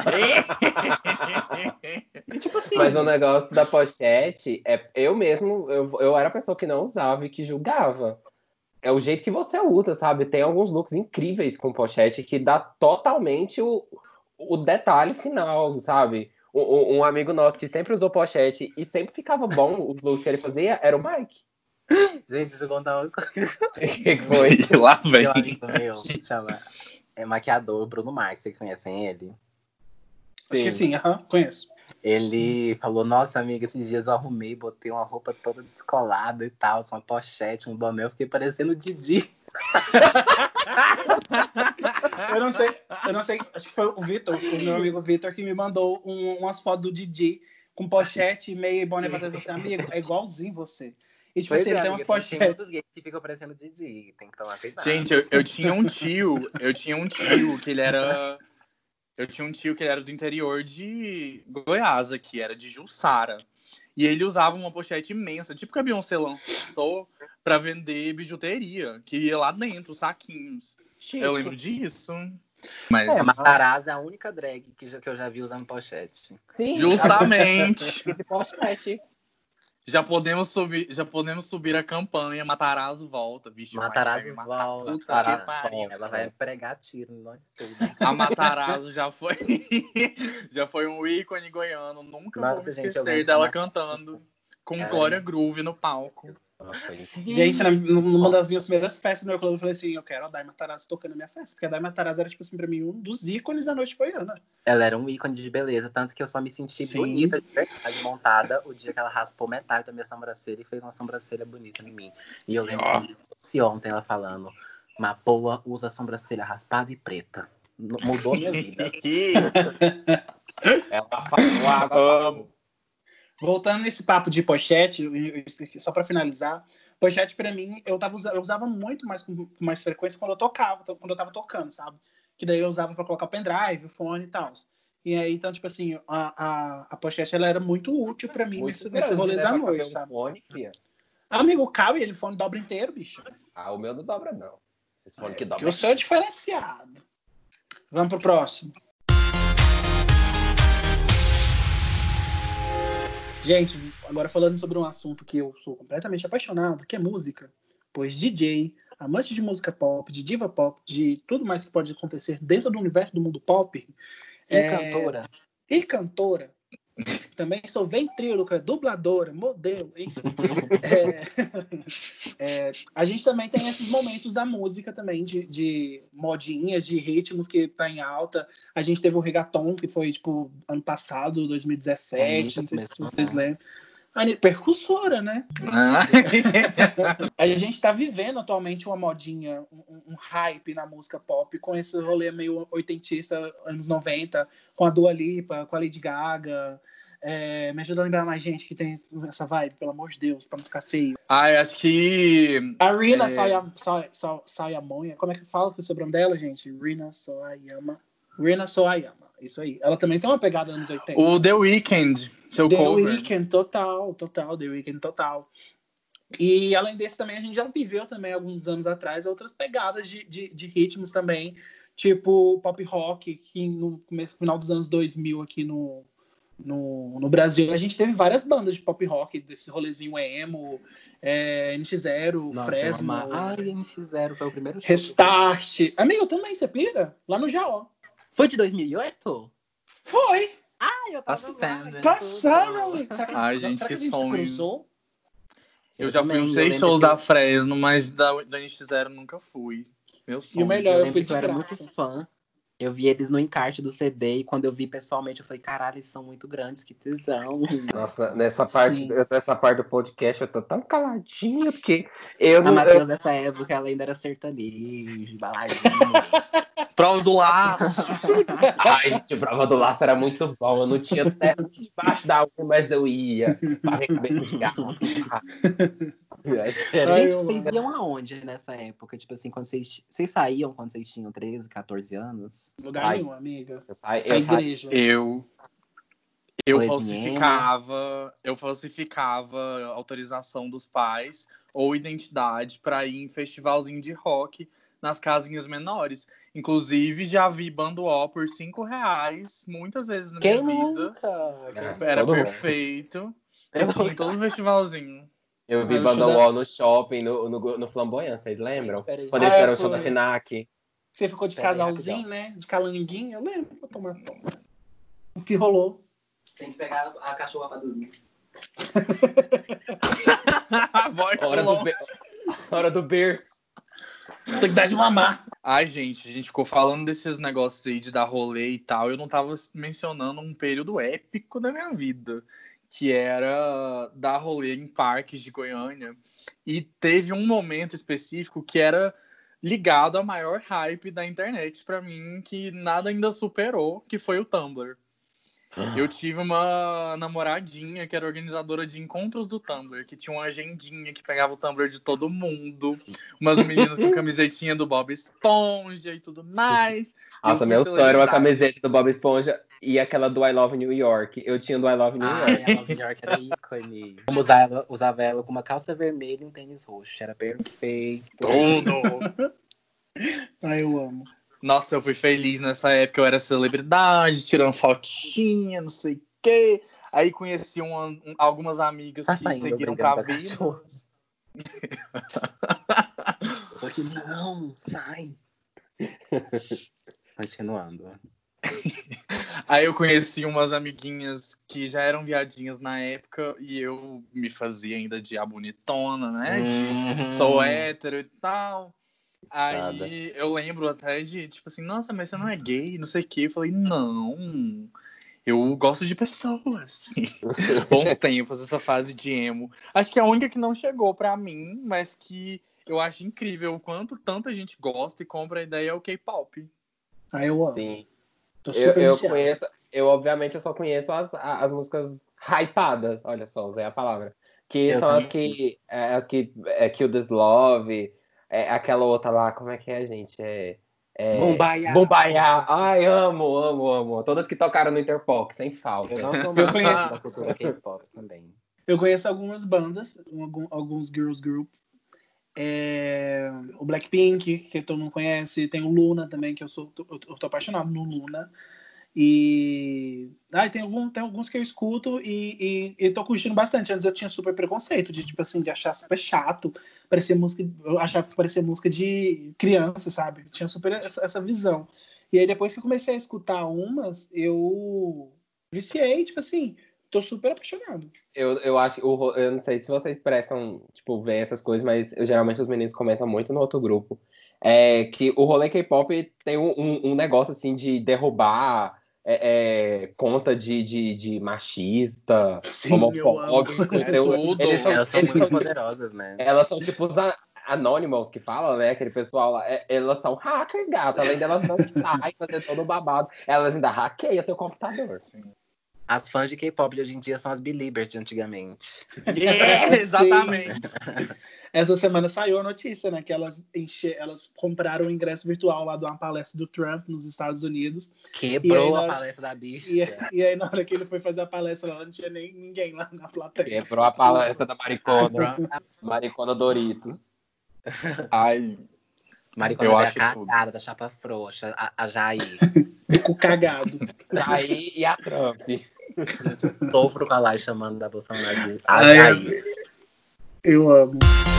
E tipo assim... Mas o negócio da pochete, eu mesmo, eu era a pessoa que não usava e que julgava. É o jeito que você usa, sabe? Tem alguns looks incríveis com pochete que dá totalmente o detalhe final, sabe? Um amigo nosso que sempre usou pochete e sempre ficava bom os looks que ele fazia era o Mike. Gente, deixa eu contar uma coisa. O que foi? Lá vem. Meu amigo meu chama maquiador Bruno Mars, vocês conhecem ele? Acho que sim, conheço. Ele falou, nossa amiga, esses dias eu arrumei, botei uma roupa toda descolada e tal, uma pochete, um boné, eu fiquei parecendo o Didi. Eu não sei, acho que foi o Vitor, o meu amigo Vitor, que me mandou umas fotos do Didi com pochete, meia e boné pra trás. Você, amigo, é igualzinho você. E tipo assim, ele tem umas pochetes. Tem muitos gays que ficam parecendo Didi, tem que tomar cuidado. Gente, eu tinha um tio que ele era... Eu tinha um tio que ele era do interior de Goiás, aqui, era de Jussara. E ele usava uma pochete imensa, tipo que a Beyoncé lançou pra vender bijuteria, que ia lá dentro, saquinhos. Chique. Eu lembro disso. Mas... Matarazzo é a única drag que eu já vi usando pochete. Sim, justamente. de pochete. Já podemos subir a campanha Matarazzo volta. Vixe, Matarazzo volta. volta. Que pariu. Ela vai pregar tiro em nós todos. A Matarazzo já foi um ícone goiano. Nunca vou me esquecer dela cantando com Glória Groove no palco. Gente, numa das minhas primeiras festas no meu clube, eu falei assim, eu quero a Day Matarazzo tocando na minha festa, porque a Day Matarazzo era, tipo assim, pra mim, um dos ícones da noite goiana. Ela era um ícone de beleza, tanto que eu só me senti bonita, de verdade, montada, o dia que ela raspou metade da minha sobrancelha e fez uma sobrancelha bonita em mim. E eu lembro como se fosse ontem ela falando, Mapoa usa sobrancelha raspada e preta. Mudou minha vida. Ela falou água. Voltando nesse papo de pochete, só pra finalizar, pochete pra mim, eu usava muito mais com mais frequência quando eu tava tocando, sabe? Que daí eu usava pra colocar o pendrive, o fone e tal. E aí, então, tipo assim, a pochete, ela era muito útil pra mim nesse rolê da noite, sabe? Fone, fia. Amigo, cabe, ele fone dobra inteiro, bicho. O meu não dobra, não. Esses fones que dobram. O seu é diferenciado. Vamos pro próximo. Gente, agora falando sobre um assunto que eu sou completamente apaixonado, que é música. Pois DJ, amante de música pop, de diva pop, de tudo mais que pode acontecer dentro do universo do mundo pop. E cantora. Também sou ventríloca, dubladora, modelo, enfim. A gente também tem esses momentos da música também, de modinhas, de ritmos que tá em alta. A gente teve o reggaeton, que foi, tipo, ano passado, 2017, não sei se vocês lembram. Percussora, né? A gente tá vivendo atualmente uma modinha, um hype na música pop, com esse rolê meio oitentista, anos 90, com a Dua Lipa, com a Lady Gaga, Me ajuda a lembrar mais gente que tem essa vibe, pelo amor de Deus, pra não ficar feio. Eu acho que... A Rina Sawayama. Como é que fala que é o sobrenome dela, gente? Rina Sawayama. Isso aí. Ela também tem uma pegada anos 80. O The Weeknd, seu cover. The Weeknd, total. The Weeknd, total. E além desse também, a gente já viveu também, alguns anos atrás, outras pegadas de ritmos também, tipo pop rock, que no final dos anos 2000 aqui no Brasil, a gente teve várias bandas de pop rock, desse rolezinho emo, NX0, Nossa, Fresno. NX0 foi o primeiro show. Restart. Amigo, também, você pira? Lá no Jaó. Foi de 2008? Foi! Eu tava Passaram! Gente, será que que a gente sonho. se cruzou? Eu já fui uns 6 shows da Fresno, mas da NX0 nunca fui. Meu sonho. E o melhor, eu fui de eu era graça. muito fã. Eu vi eles no encarte do CD e quando eu vi pessoalmente, eu falei, caralho, eles são muito grandes, que tesão. Nossa, nessa parte do podcast eu tô tão caladinha, porque eu A não... Matheus, nessa época, ela ainda era sertanejo, baladinha. Prova do laço. Ai, gente, prova do laço era muito bom. Eu não tinha terra debaixo da unha, mas eu ia. Para cabeça de gato. Gente, vocês iam aonde nessa época? Tipo assim, quando vocês saíam quando vocês tinham 13, 14 anos? Lugar nenhum, amiga. A igreja. Eu falsificava autorização dos pais ou identidade para ir em festivalzinho de rock nas casinhas menores. Inclusive, já vi Bando O por R$5 muitas vezes na minha vida. Era perfeito. Eu fui em todo festivalzinho. Eu vi Bando O no shopping, no Flamboyant, vocês lembram? Quando eles fizeram o show da FNAC. Você ficou de casalzinho, né? De calanguinho, eu lembro. Vou tomar o que rolou. Tem que pegar a cachorra pra dormir. Hora do berço. Tem que dar de mamar. Ai, gente, a gente ficou falando desses negócios aí de dar rolê e tal. Eu não tava mencionando um período épico da minha vida, que era dar rolê em parques de Goiânia. E teve um momento específico que era ligado à maior hype da internet pra mim, que nada ainda superou, que foi o Tumblr. Eu tive uma namoradinha que era organizadora de encontros do Tumblr, que tinha uma agendinha que pegava o Tumblr de todo mundo, umas meninas com camisetinha do Bob Esponja e tudo mais. Nossa, meu sonho era uma camiseta do Bob Esponja e aquela do I Love New York. Eu tinha do I Love New York. I Love New York era ícone. Usava ela com uma calça vermelha e um tênis roxo. Era perfeito. Tudo! Eu amo. Nossa, eu fui feliz nessa época, eu era celebridade, tirando fotinha, não sei o quê. Aí conheci algumas amigas que seguiram pra vida. Porque não, sai. Continuando. Aí eu conheci umas amiguinhas que já eram viadinhas na época e eu me fazia ainda de a bonitona, né? Sou hétero e tal. Aí eu lembro até de, tipo assim, nossa, mas você não é gay, não sei o quê. Eu falei, não, eu gosto de pessoas. Bons tempos, essa fase de emo. Acho que é a única que não chegou pra mim, mas que eu acho incrível o quanto tanta gente gosta e compra a ideia é o K-pop. Eu amo. Sim. Tô super obviamente, eu só conheço as músicas hypadas, olha só, usei a palavra. Que são as que Kill This Love... aquela outra lá, como é que é, gente? Bombaiá. Ai, amo. Todas que tocaram no Interpol, sem falta. Eu não sou muito fã da cultura K-pop também. Eu conheço algumas bandas, alguns girls group. O Blackpink, que todo mundo conhece. Tem o Luna também, que eu tô apaixonado no Luna. E tem alguns que eu escuto e tô curtindo bastante. Antes eu tinha super preconceito de, tipo assim, de achar super chato, eu achava que parecia música de criança, sabe? Tinha super essa visão. E aí depois que eu comecei a escutar umas, eu viciei, tipo assim, tô super apaixonado. Eu acho, eu não sei se vocês prestam, tipo, ver essas coisas, mas geralmente os meninos comentam muito no outro grupo. Que o rolê K-pop tem um negócio assim de derrubar conta de machista, homofóbico. Elas são muito poderosas, né? Elas são tipo os Anonymous que fala, né? Aquele pessoal lá. Elas são hackers, gata. Além delas não fazer todo o babado. Elas ainda hackeiam teu computador. Sim. As fãs de K-pop de hoje em dia são as Beliebers de antigamente. Exatamente. Essa semana saiu a notícia, né? Que elas compraram o ingresso virtual lá de uma palestra do Trump nos Estados Unidos. Quebrou a palestra da bicha. E aí, na hora que ele foi fazer a palestra lá, não tinha nem ninguém lá na plateia. Quebrou a palestra da Maricona. Maricona Doritos. Ai, Maricona eu é a acho tudo. cagada da chapa frouxa, a Jair. Bico cagado. Aí e a Trump. Sofro com a Lai chamando da Bolsonaro de a Ai, Jair. Eu amo.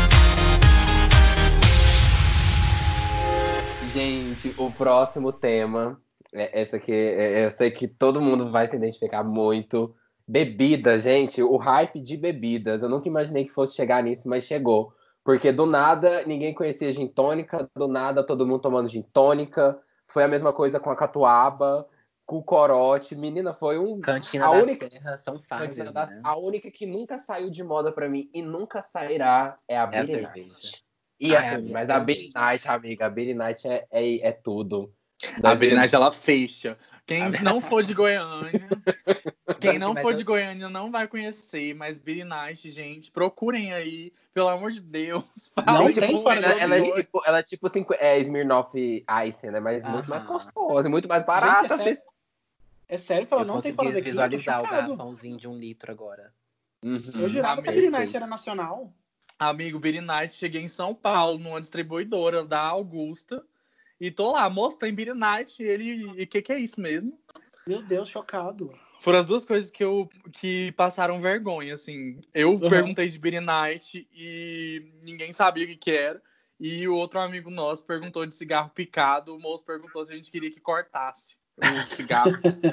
Gente, o próximo tema, essa aqui, eu sei que todo mundo vai se identificar muito. Bebida, gente, o hype de bebidas. Eu nunca imaginei que fosse chegar nisso, mas chegou. Porque do nada, ninguém conhecia gin tônica, do nada todo mundo tomando gin tônica. Foi a mesma coisa com a catuaba, com o corote. Menina, foi um... Cantina a da única... Serra são fases, né? A única que nunca saiu de moda pra mim e nunca sairá é a É a Billie cerveja. Night. E assim, minha mas a Billie cerveja. Night, amiga, a Billie Night é tudo. A Billie Night, ela fecha. Quem A não for de Goiânia, quem Gente, não mas for eu- de Goiânia não vai conhecer, mas Billie Night, gente, procurem aí, pelo amor de Deus. Não Falem tem com fora o daqui. Ela é tipo Smirnoff Ice, né? Mas muito mais Aham. gostosa, muito mais barata. Gente, é sério que ela Eu não tem fora consegui daqui? Eu tô visualizar o chocado. garrafãozinho de 1 litro agora. Uhum. Eu jurava que a Amigo. Billie Night era nacional. Amigo, Billie Night, cheguei em São Paulo, numa distribuidora da Augusta, e tô lá, moço, tem Billie Night, e o que é isso mesmo? Meu Deus, chocado. Foram as duas coisas que passaram vergonha, assim. Eu perguntei de Billie Night e ninguém sabia o que era. E o outro amigo nosso perguntou de cigarro picado. O moço perguntou se a gente queria que cortasse o cigarro.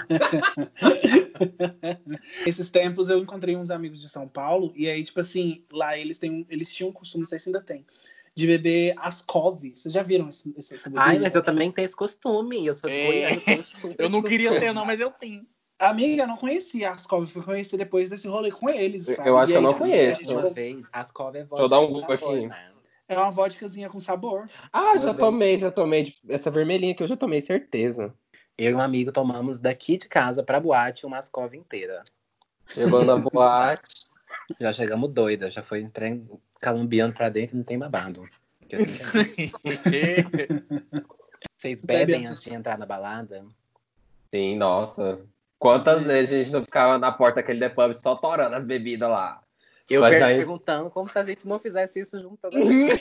Esses tempos eu encontrei uns amigos de São Paulo e aí, tipo assim, lá eles tinham um costume, não sei se ainda tem, de beber Ascov. Vocês já viram essa bebida? Ai, mas eu também tenho esse costume. Eu sou de Goiânia, eu tenho super Eu não queria costume. ter, não, mas eu tenho. Amiga, eu não conhecia a Ascov, fui conhecer depois desse rolê com eles, sabe? Eu acho E que eu aí, não tipo assim, conheço. a gente Uma vez, Ascov é Deixa eu dar um com Google sabor, aqui. né? é uma vodkazinha com sabor. Ah, já tomei. Essa vermelhinha que eu já tomei, certeza. Eu e um amigo tomamos daqui de casa pra boate uma Ascov inteira. Chegou na boate. Já chegamos doida, já foi calambiando pra dentro e não tem babado. Porque assim que é. Vocês bebem antes de entrar na balada? Sim, nossa. Quantas vezes a gente não ficava na porta daquele The Pub só torando as bebidas lá? Eu Mas já- perguntando como se a gente não fizesse isso junto toda Uhum. vez.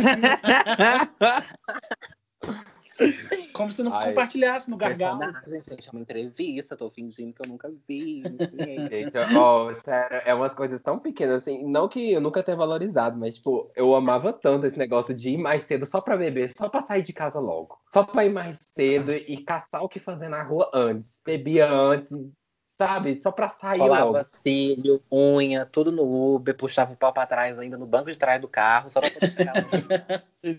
Como se não Ai. compartilhasse no gargalo. Personagem, gente, é uma entrevista, tô fingindo que eu nunca vi. Gente, ó, sério, é umas coisas tão pequenas, assim, não que eu nunca tenha valorizado, mas, tipo, eu amava tanto esse negócio de ir mais cedo só pra beber, só pra sair de casa logo. Só pra ir mais cedo e caçar o que fazer na rua antes. Bebia antes, sabe? Só pra sair Colava logo. cílio, unha, tudo no Uber, puxava o pau pra trás ainda no banco de trás do carro, só pra poder chegar lá.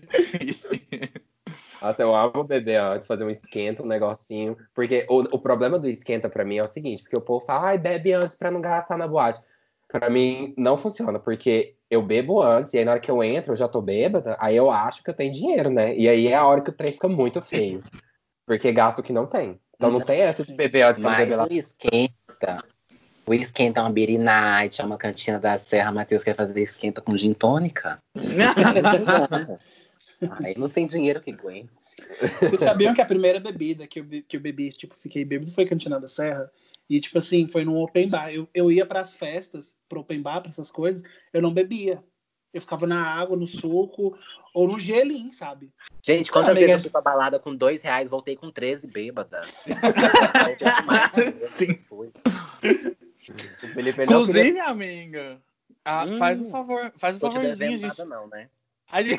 Nossa, eu amo beber antes, fazer um esquenta, um negocinho. Porque o problema do esquenta pra mim é o seguinte, porque o povo fala, ai, bebe antes pra não gastar na boate. Pra mim, não funciona, porque eu bebo antes, e aí na hora que eu entro, eu já tô bêbada, aí eu acho que eu tenho dinheiro, né? E aí é a hora que o trem fica muito feio. Porque gasto que não tem. Então não tem essa de beber antes pra não Mas beber lá. o esquenta é uma Billie Night, é uma cantina da Serra, Matheus quer fazer esquenta com gin tônica. Aí não tem dinheiro que aguente. Vocês sabiam que a primeira bebida que eu bebi, tipo, fiquei bêbado, foi Cantina da Serra? E, tipo assim, foi num open bar. Eu ia pras festas, pro open bar, pra essas coisas, eu não bebia. Eu ficava na água, no suco, ou no gelinho, sabe? Gente, quantas Amiga, vezes eu fui pra balada com R$2, voltei com 13 bêbada. Sim. Foi. O Felipe não queria... Inclusive, amiga, faz um favor, faz um Tô te favorzinho, devendo gente. nada não, né? A gente...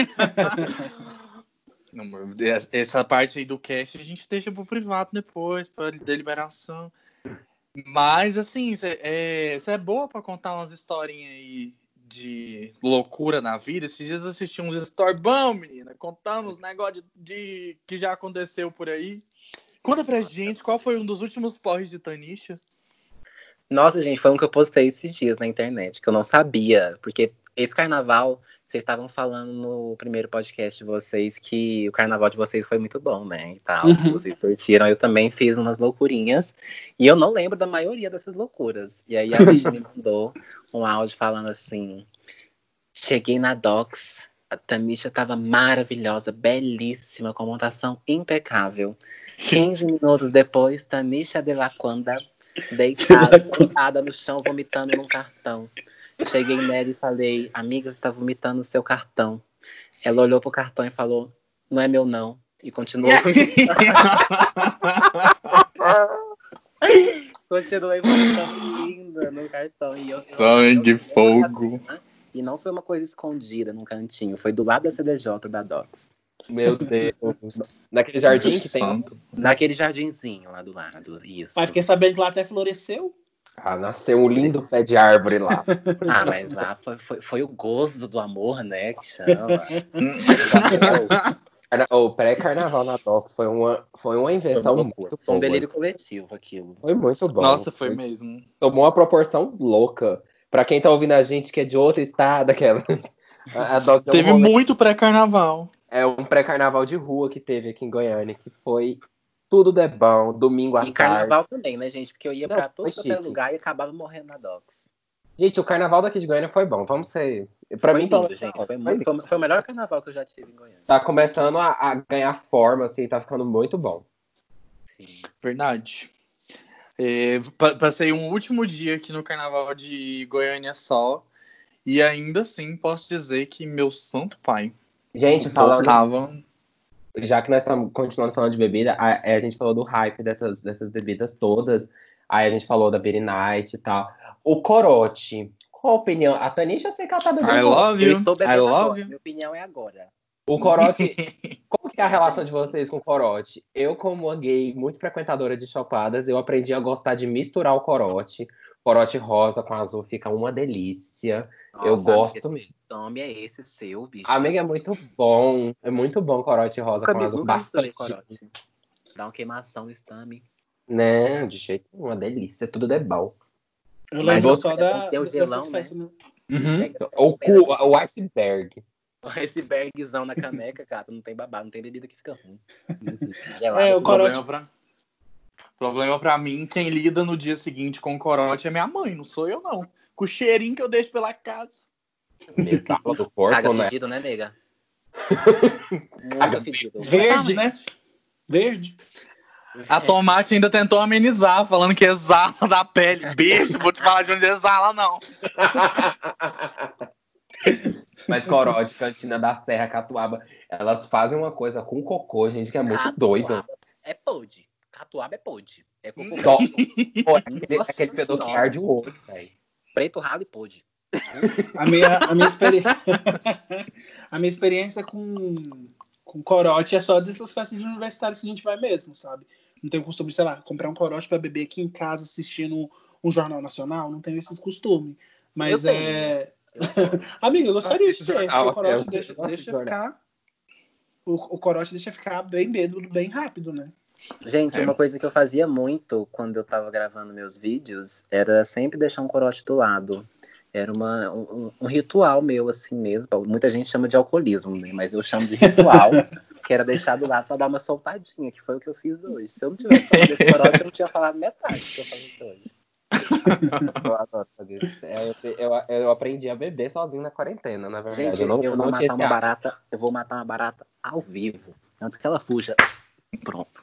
Não, essa parte aí do cast a gente deixa pro privado depois, pra deliberação. Mas, assim, você é boa pra contar umas historinhas aí de loucura na vida. Esses dias eu assisti uns stories bom, menina, contando os negócios de que já aconteceu por aí. Conta pra gente qual foi um dos últimos porres de Tanisha. Nossa, gente, foi um que eu postei esses dias na internet, que eu não sabia, porque esse carnaval Vocês estavam falando no primeiro podcast de vocês que o carnaval de vocês foi muito bom, né? E tal, que vocês curtiram. Eu também fiz umas loucurinhas. E eu não lembro da maioria dessas loucuras. E aí a bicha me mandou um áudio falando assim: cheguei na Docs, a Tamisha tava maravilhosa, belíssima, com montação impecável. 15 minutos depois, Tamisha Delaquanda deitada no chão, vomitando num cartão. Cheguei nela e falei: amiga, você tá vomitando no seu cartão. Ela olhou pro cartão e falou: não é meu não. E continuou. Continuei vomitando linda no cartão. E Sangue, fogo. E não foi uma coisa escondida num cantinho. Foi do lado da CDJ da Docs. Meu Deus. Naquele jardim que tem. Santo. Naquele jardinzinho lá do lado. Isso. Mas fiquei sabendo que lá até floresceu. Ah, nasceu um lindo pé de árvore lá. Ah, mas lá foi o gozo do amor, né? Que chama. O pré-carnaval na Docs foi uma invenção muito boa. Foi um delírio coletivo aquilo. Foi muito bom. Nossa, foi mesmo. Tomou uma proporção louca. Pra quem tá ouvindo a gente que é de outro estado, aquela. A Docs Teve muito pré-carnaval. É um pré-carnaval de rua que teve aqui em Goiânia, que foi tudo de bom, domingo à tarde. E carnaval também, né, gente? Porque eu ia pra todo chique. lugar e acabava morrendo na Docs. Gente, o carnaval daqui de Goiânia foi bom. Vamos ser. Pra Foi mim, lindo, gente. Foi o melhor carnaval que eu já tive em Goiânia. tá começando a ganhar forma, assim, tá ficando muito bom. Sim. Verdade. Passei um último dia aqui no carnaval de Goiânia só. E ainda assim posso dizer que meu santo pai. Gente, falando. Tava... Já que nós estamos continuando falando de bebida, a gente falou do hype dessas bebidas todas. Aí a gente falou da Beer Night e tal. O corote, qual a opinião? A Tanisha, eu sei que ela tá bebendo. I love Eu you. estou I bebendo love agora. you. Minha opinião é agora. O corote, como que é a relação de vocês com o corote? Eu, como uma gay muito frequentadora de chopadas, eu aprendi a gostar de misturar o corote. Corote rosa com azul fica uma delícia. Nossa, eu gosto amiga, mesmo. que nome é esse seu, bicho? Amiga, é muito bom. É muito bom corote rosa com azul. Nunca misturei Bastante. corote. Dá uma queimação no estame. Não, de jeito nenhum. Uma delícia. Tudo de bom. Eu Mas lembro você só tem o dessas gelão, né? festas. O iceberg. Esse bergzão na caneca, cara, não tem babado, não tem bebida que fica ruim. O corote. Problema pra mim, quem lida no dia seguinte com o corote é minha mãe, não sou eu, não. Com o cheirinho que eu deixo pela casa. Sala do corpo, Caga né? fedido, né, nega? Caga Muito fedido. Verde, né? Verde. A Tomate ainda tentou amenizar, falando que exala da pele. Bicho, vou te falar de onde exala, não. Mas corote, Cantina da Serra, Catuaba, elas fazem uma coisa com cocô, gente, que é muito Catuaba doido. É podre. Catuaba é podre. É cocô. Só- Pô, Nossa aquele fedor que Senhora. arde o olho, velho. Preto, ralo e podre. A minha experiência com corote é só dessas festas de universitários que a gente vai mesmo, sabe? Não tenho o costume de, sei lá, comprar um corote pra beber aqui em casa assistindo um jornal nacional. Não tenho esses costumes. Mas Eu tenho. Amiga, eu gostaria de ter, jornal, porque o corote eu deixa gosto de jornal. ficar. O corote deixa ficar bem bêbado, bem rápido, né? Gente, uma coisa que eu fazia muito quando eu tava gravando meus vídeos era sempre deixar um corote do lado. Era um ritual meu, assim mesmo. Muita gente chama de alcoolismo, né? Mas eu chamo de ritual, que era deixar do lado pra dar uma soltadinha, que foi o que eu fiz hoje. Se eu não tivesse falado desse corote, eu não tinha falado metade do que eu falei hoje. Eu adoro fazer isso. Eu aprendi a beber sozinho na quarentena, na verdade. Gente, eu vou não tinha matar esse uma hábito. barata. Eu vou matar uma barata ao vivo. Antes que ela fuja. Pronto.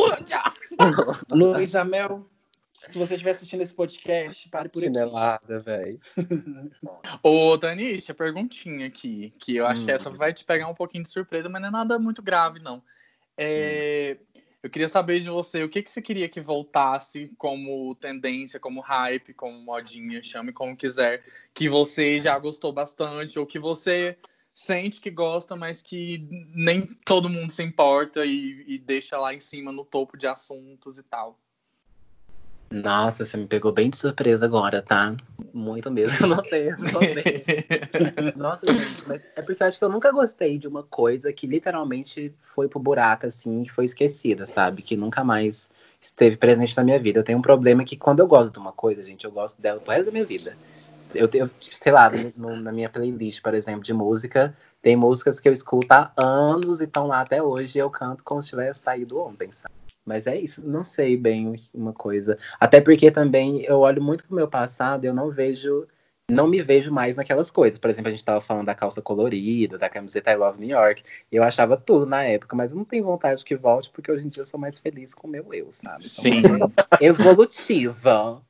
Luísa Mel, se você estiver assistindo esse podcast, pare por aqui. Chinelada, velho. Ô, Tanisha, perguntinha aqui, que eu acho que essa vai te pegar um pouquinho de surpresa, mas não é nada muito grave, não. Eu queria saber de você, o que você queria que voltasse como tendência, como hype, como modinha, chame como quiser, que você já gostou bastante, ou que você sente que gosta, mas que nem todo mundo se importa e deixa lá em cima no topo de assuntos e tal. Nossa, você me pegou bem de surpresa agora, tá? Muito mesmo, eu não sei responder. Nossa, gente, mas é porque eu acho que eu nunca gostei de uma coisa que literalmente foi pro buraco, assim, que foi esquecida, sabe? Que nunca mais esteve presente na minha vida. Eu tenho um problema que quando eu gosto de uma coisa, gente, eu gosto dela pro resto da minha vida. sei lá, na minha playlist, por exemplo, de música, tem músicas que eu escuto há anos e estão lá até hoje, e eu canto como se tivesse saído ontem, sabe? Mas é isso, não sei bem uma coisa. Até porque também eu olho muito pro meu passado e eu não me vejo mais naquelas coisas. Por exemplo, a gente tava falando da calça colorida, da camiseta I Love New York. Eu achava tudo na época, mas eu não tenho vontade que volte, porque hoje em dia eu sou mais feliz com o meu eu, sabe? Sim. Então, é evolutiva.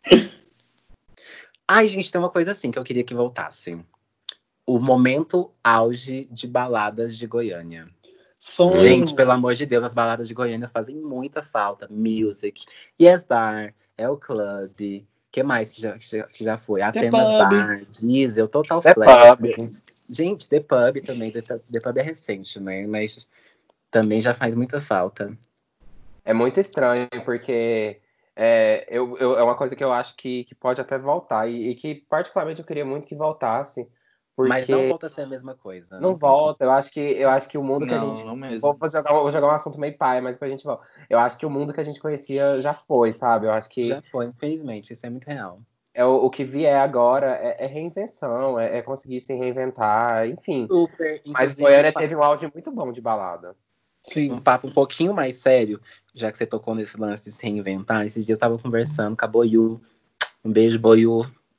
Ai, gente, tem uma coisa assim que eu queria que voltasse. O momento auge de baladas de Goiânia. Sonho. Gente, pelo amor de Deus, as baladas de Goiânia fazem muita falta. Music, Yes Bar, El Club, que mais que já foi? Atenas Pub. Bar, Diesel, Total The Flex. Pub. Gente, The Pub também. The Pub é recente, né? Mas também já faz muita falta. É muito estranho, porque é uma coisa que eu acho que pode até voltar, e que particularmente eu queria muito que voltasse, Mas não porque volta a ser a mesma coisa. não volta. Eu acho que o mundo que a gente. Não mesmo. Vou jogar um assunto meio pai, mas pra gente voltar. Eu acho que o mundo que a gente conhecia já foi, sabe? Eu acho que Já foi, infelizmente, isso é muito real. o que vier agora é reinvenção, é conseguir se reinventar, enfim. Super, Mas inclusive, Goiânia teve um auge muito bom de balada. Sim. um papo um pouquinho mais sério, já que você tocou nesse lance de se reinventar. Esses dias eu tava conversando com a Boiú. Um beijo, Boiú.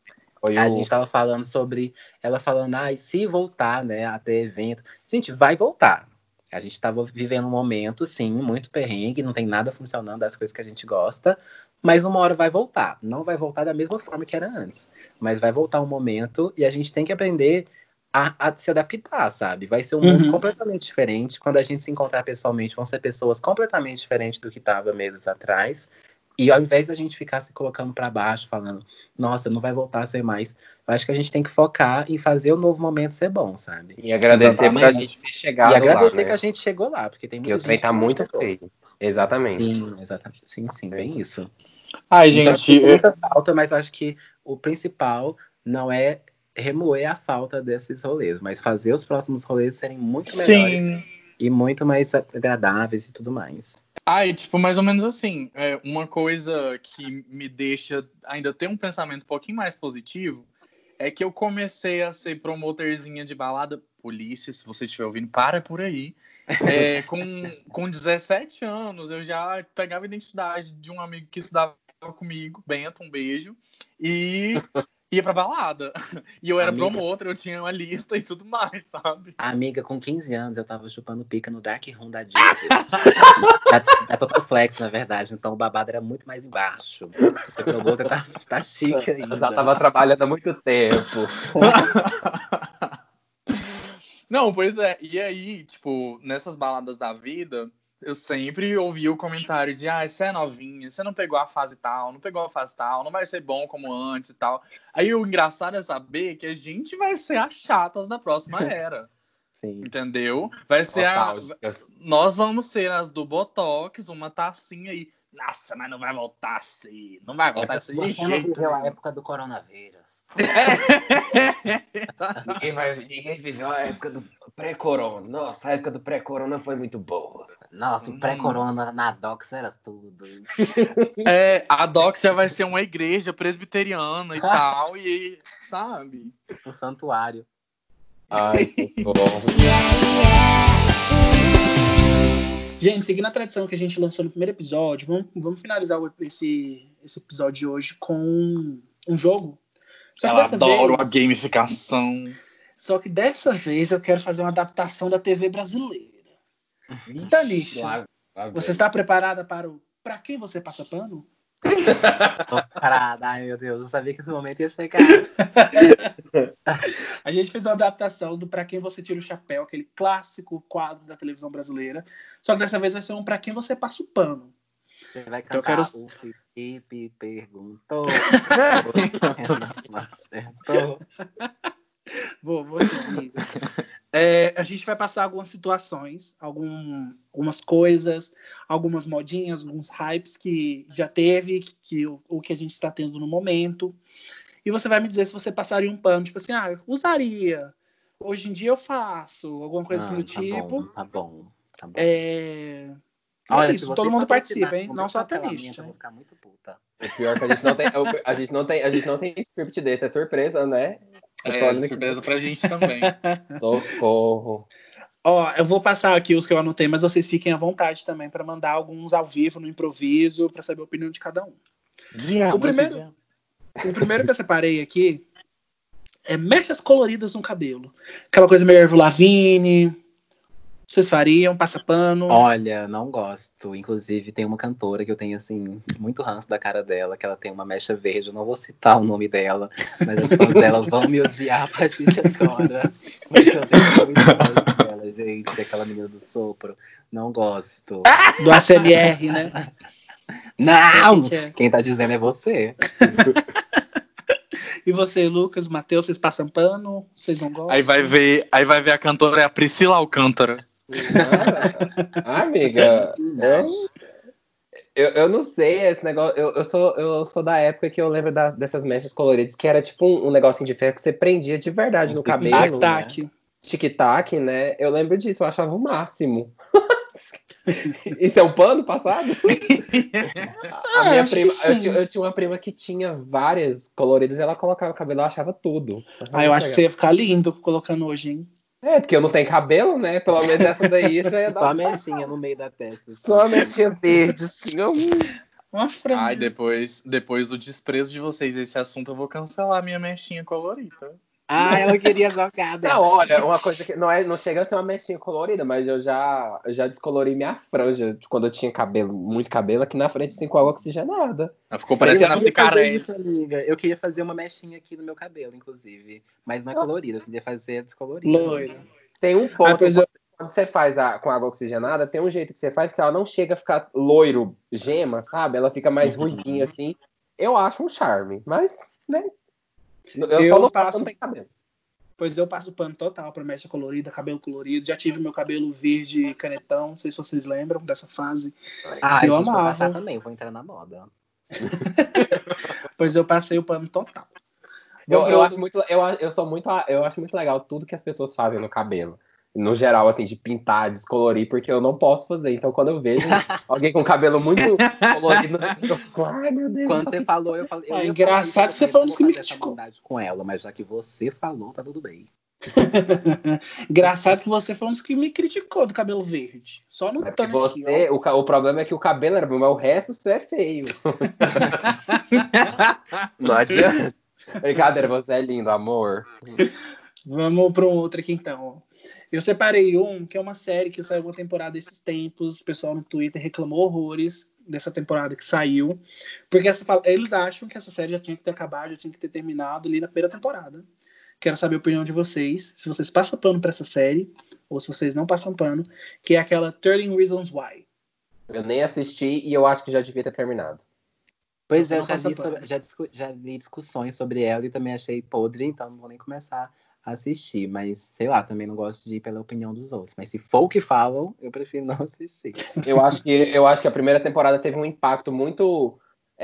A gente tava falando sobre ela falando, e se voltar, né, a ter evento. Gente, vai voltar. A gente tava vivendo um momento, sim, muito perrengue, não tem nada funcionando das coisas que a gente gosta, mas uma hora vai voltar. Não vai voltar da mesma forma que era antes, mas vai voltar um momento e a gente tem que aprender a se adaptar, sabe? Vai ser um mundo completamente diferente. Quando a gente se encontrar pessoalmente, vão ser pessoas completamente diferentes do que tava meses atrás. E ao invés da gente ficar se colocando para baixo, falando, nossa, não vai voltar a ser mais, eu acho que a gente tem que focar em fazer o novo momento ser bom, sabe? E agradecer por a gente ter chegado lá, E agradecer né? que a gente chegou lá, porque tem Que muita o trem gente tá que não muito chegou. feio. Exatamente. Sim, exatamente. Sim, bem isso. Ai, Então, gente, tem muita falta, mas eu acho que o principal não é remoer a falta desses rolês, mas fazer os próximos rolês serem muito melhores sim. e muito mais agradáveis e tudo mais. Ai, tipo, mais ou menos assim, uma coisa que me deixa ainda ter um pensamento um pouquinho mais positivo é que eu comecei a ser promotorzinha de balada. Polícia, se você estiver ouvindo, para por aí. Com 17 anos, eu já pegava a identidade de um amigo que estudava comigo, Bento, um beijo, e ia pra balada. E eu era promotor, eu tinha uma lista e tudo mais, sabe? Amiga, com 15 anos, eu tava chupando pica no Dark Room da Disney. É Total Flex, na verdade. Então o babado era muito mais embaixo. O promotor tá chique ainda. Eu já tava trabalhando há muito tempo. Não, pois é. E aí, tipo, nessas baladas da vida, eu sempre ouvi o comentário de você é novinha, você não pegou a fase tal, não pegou a fase tal, não vai ser bom como antes e tal. Aí o engraçado é saber que a gente vai ser as chatas da próxima era. Sim. Entendeu? Vai ser nós vamos ser as do Botox, uma tacinha aí. Nossa, mas não vai voltar assim. Não vai voltar assim de Você não jeito viveu a nenhum. época do coronavírus. Ninguém viveu a época do pré-corona. Nossa, a época do pré-corona foi muito boa. Nossa, o pré-corona na Docs era tudo. A Docs já vai ser uma igreja presbiteriana e tal, e sabe? Um santuário. Ai, que bom. Gente, seguindo a tradição que a gente lançou no primeiro episódio, vamos finalizar esse episódio de hoje com um jogo. Só que Eu dessa adoro vez, a gamificação. Só que dessa vez eu quero fazer uma adaptação da TV brasileira. Tanisha, você está preparada para o Pra Quem Você Passa Pano? Tô parada. Ai, meu Deus, eu sabia que esse momento ia chegar. A gente fez uma adaptação do Pra Quem Você Tira o Chapéu, aquele clássico quadro da televisão brasileira. Só que dessa vez vai ser um Pra Quem Você Passa o Pano. Você vai Então cantar eu quero... o Felipe perguntou. Vou seguir. A gente vai passar algumas situações, algumas coisas, algumas modinhas, alguns hypes que já teve, o que a gente está tendo no momento. E você vai me dizer se você passaria um pano, tipo assim, eu usaria. Hoje em dia eu faço, alguma coisa assim do tipo. Tá bom. É Olha, isso, todo mundo participa, hein? Não só a Tanisha. Tanisha. Eu vou ficar muito puta. O pior é que a gente não tem script desse, é surpresa, né? Surpresa pra gente também. Socorro. Ó, eu vou passar aqui os que eu anotei, mas vocês fiquem à vontade também para mandar alguns ao vivo, no improviso, para saber a opinião de cada um. O primeiro que eu separei aqui é mechas coloridas no cabelo. Aquela coisa meio Avril Lavigne. Vocês fariam? Passa pano? Olha, não gosto. Inclusive, tem uma cantora que eu tenho, assim, muito ranço da cara dela, que ela tem uma mecha verde. Eu não vou citar o nome dela, mas as fãs dela vão me odiar a partir de agora. Porque eu tenho muito ranço dela, gente. Aquela menina do sopro. Não gosto. Do ASMR, né? Não! Quem tá dizendo é você. E você, Lucas, Matheus, vocês passam pano? Vocês não gostam? Aí vai ver a cantora, é a Priscila Alcântara. Amiga, eu não sei esse negócio. Eu sou da época que eu lembro dessas mechas coloridas, que era tipo um negocinho de ferro que você prendia de verdade no cabelo. Tic-tac. Tic-tac, né? Eu lembro disso, eu achava o máximo. Isso é um pano passado? A minha prima, eu tinha uma prima que tinha várias coloridas e ela colocava o cabelo, eu achava tudo. Eu acho que você ia ficar lindo colocando hoje, hein? É, porque eu não tenho cabelo, né? Pelo menos essa daí já ia dar Só a mechinha no meio da testa. Só a mechinha verde, assim. Uma franja. Ai, depois do desprezo de vocês esse assunto, eu vou cancelar a minha mechinha colorida. Ah, ela queria jogar. Não, olha, uma coisa que não chega a ser uma mechinha colorida, mas eu já descolori minha franja quando eu tinha muito cabelo aqui na frente, assim, com água oxigenada. Ela ficou parecendo a cicaré. Eu queria fazer uma mechinha aqui no meu cabelo, inclusive. Mas não é colorida, eu queria fazer descolorida. Loiro. Tem um ponto, quando você faz com água oxigenada, tem um jeito que você faz que ela não chega a ficar loiro, gema, sabe? Ela fica mais ruivinha, assim. Eu acho um charme, mas, né? Eu só não passo, não tem cabelo. Pois eu passo pano total pra mecha colorida, cabelo colorido. Já tive meu cabelo verde canetão, não sei se vocês lembram dessa fase. Eu amava. Vou passar também, vou entrar na moda. Pois eu passei o pano total. Eu acho muito legal tudo que as pessoas fazem no cabelo. No geral, assim, de pintar, descolorir, porque eu não posso fazer. Então, quando eu vejo alguém com cabelo muito colorido, eu fico, ai, meu Deus. Quando você falou, eu falei... engraçado que você falou que me criticou. Com ela, mas já que você falou, tá tudo bem. Engraçado que você foi um dos que me criticou do cabelo verde. Só no tanque. Você, o problema é que o cabelo era bom, mas o resto você é feio. Não adianta. Brincadeira, você é lindo, amor. Vamos para um outro aqui, então. Eu separei que é uma série que saiu uma temporada esses tempos. O pessoal no Twitter reclamou horrores dessa temporada que saiu. Porque eles acham que essa série já tinha que ter acabado, já tinha que ter terminado ali na primeira temporada. Quero saber a opinião de vocês. Se vocês passam pano para essa série, ou se vocês não passam pano, que é aquela 13 Reasons Why. Eu nem assisti e eu acho que já devia ter terminado. Pois é, eu já li discussões sobre ela e também achei podre, então não vou nem começar a assistir. Mas, sei lá, também não gosto de ir pela opinião dos outros. Mas se for o que falam, eu prefiro não assistir. Eu acho que a primeira temporada teve um impacto muito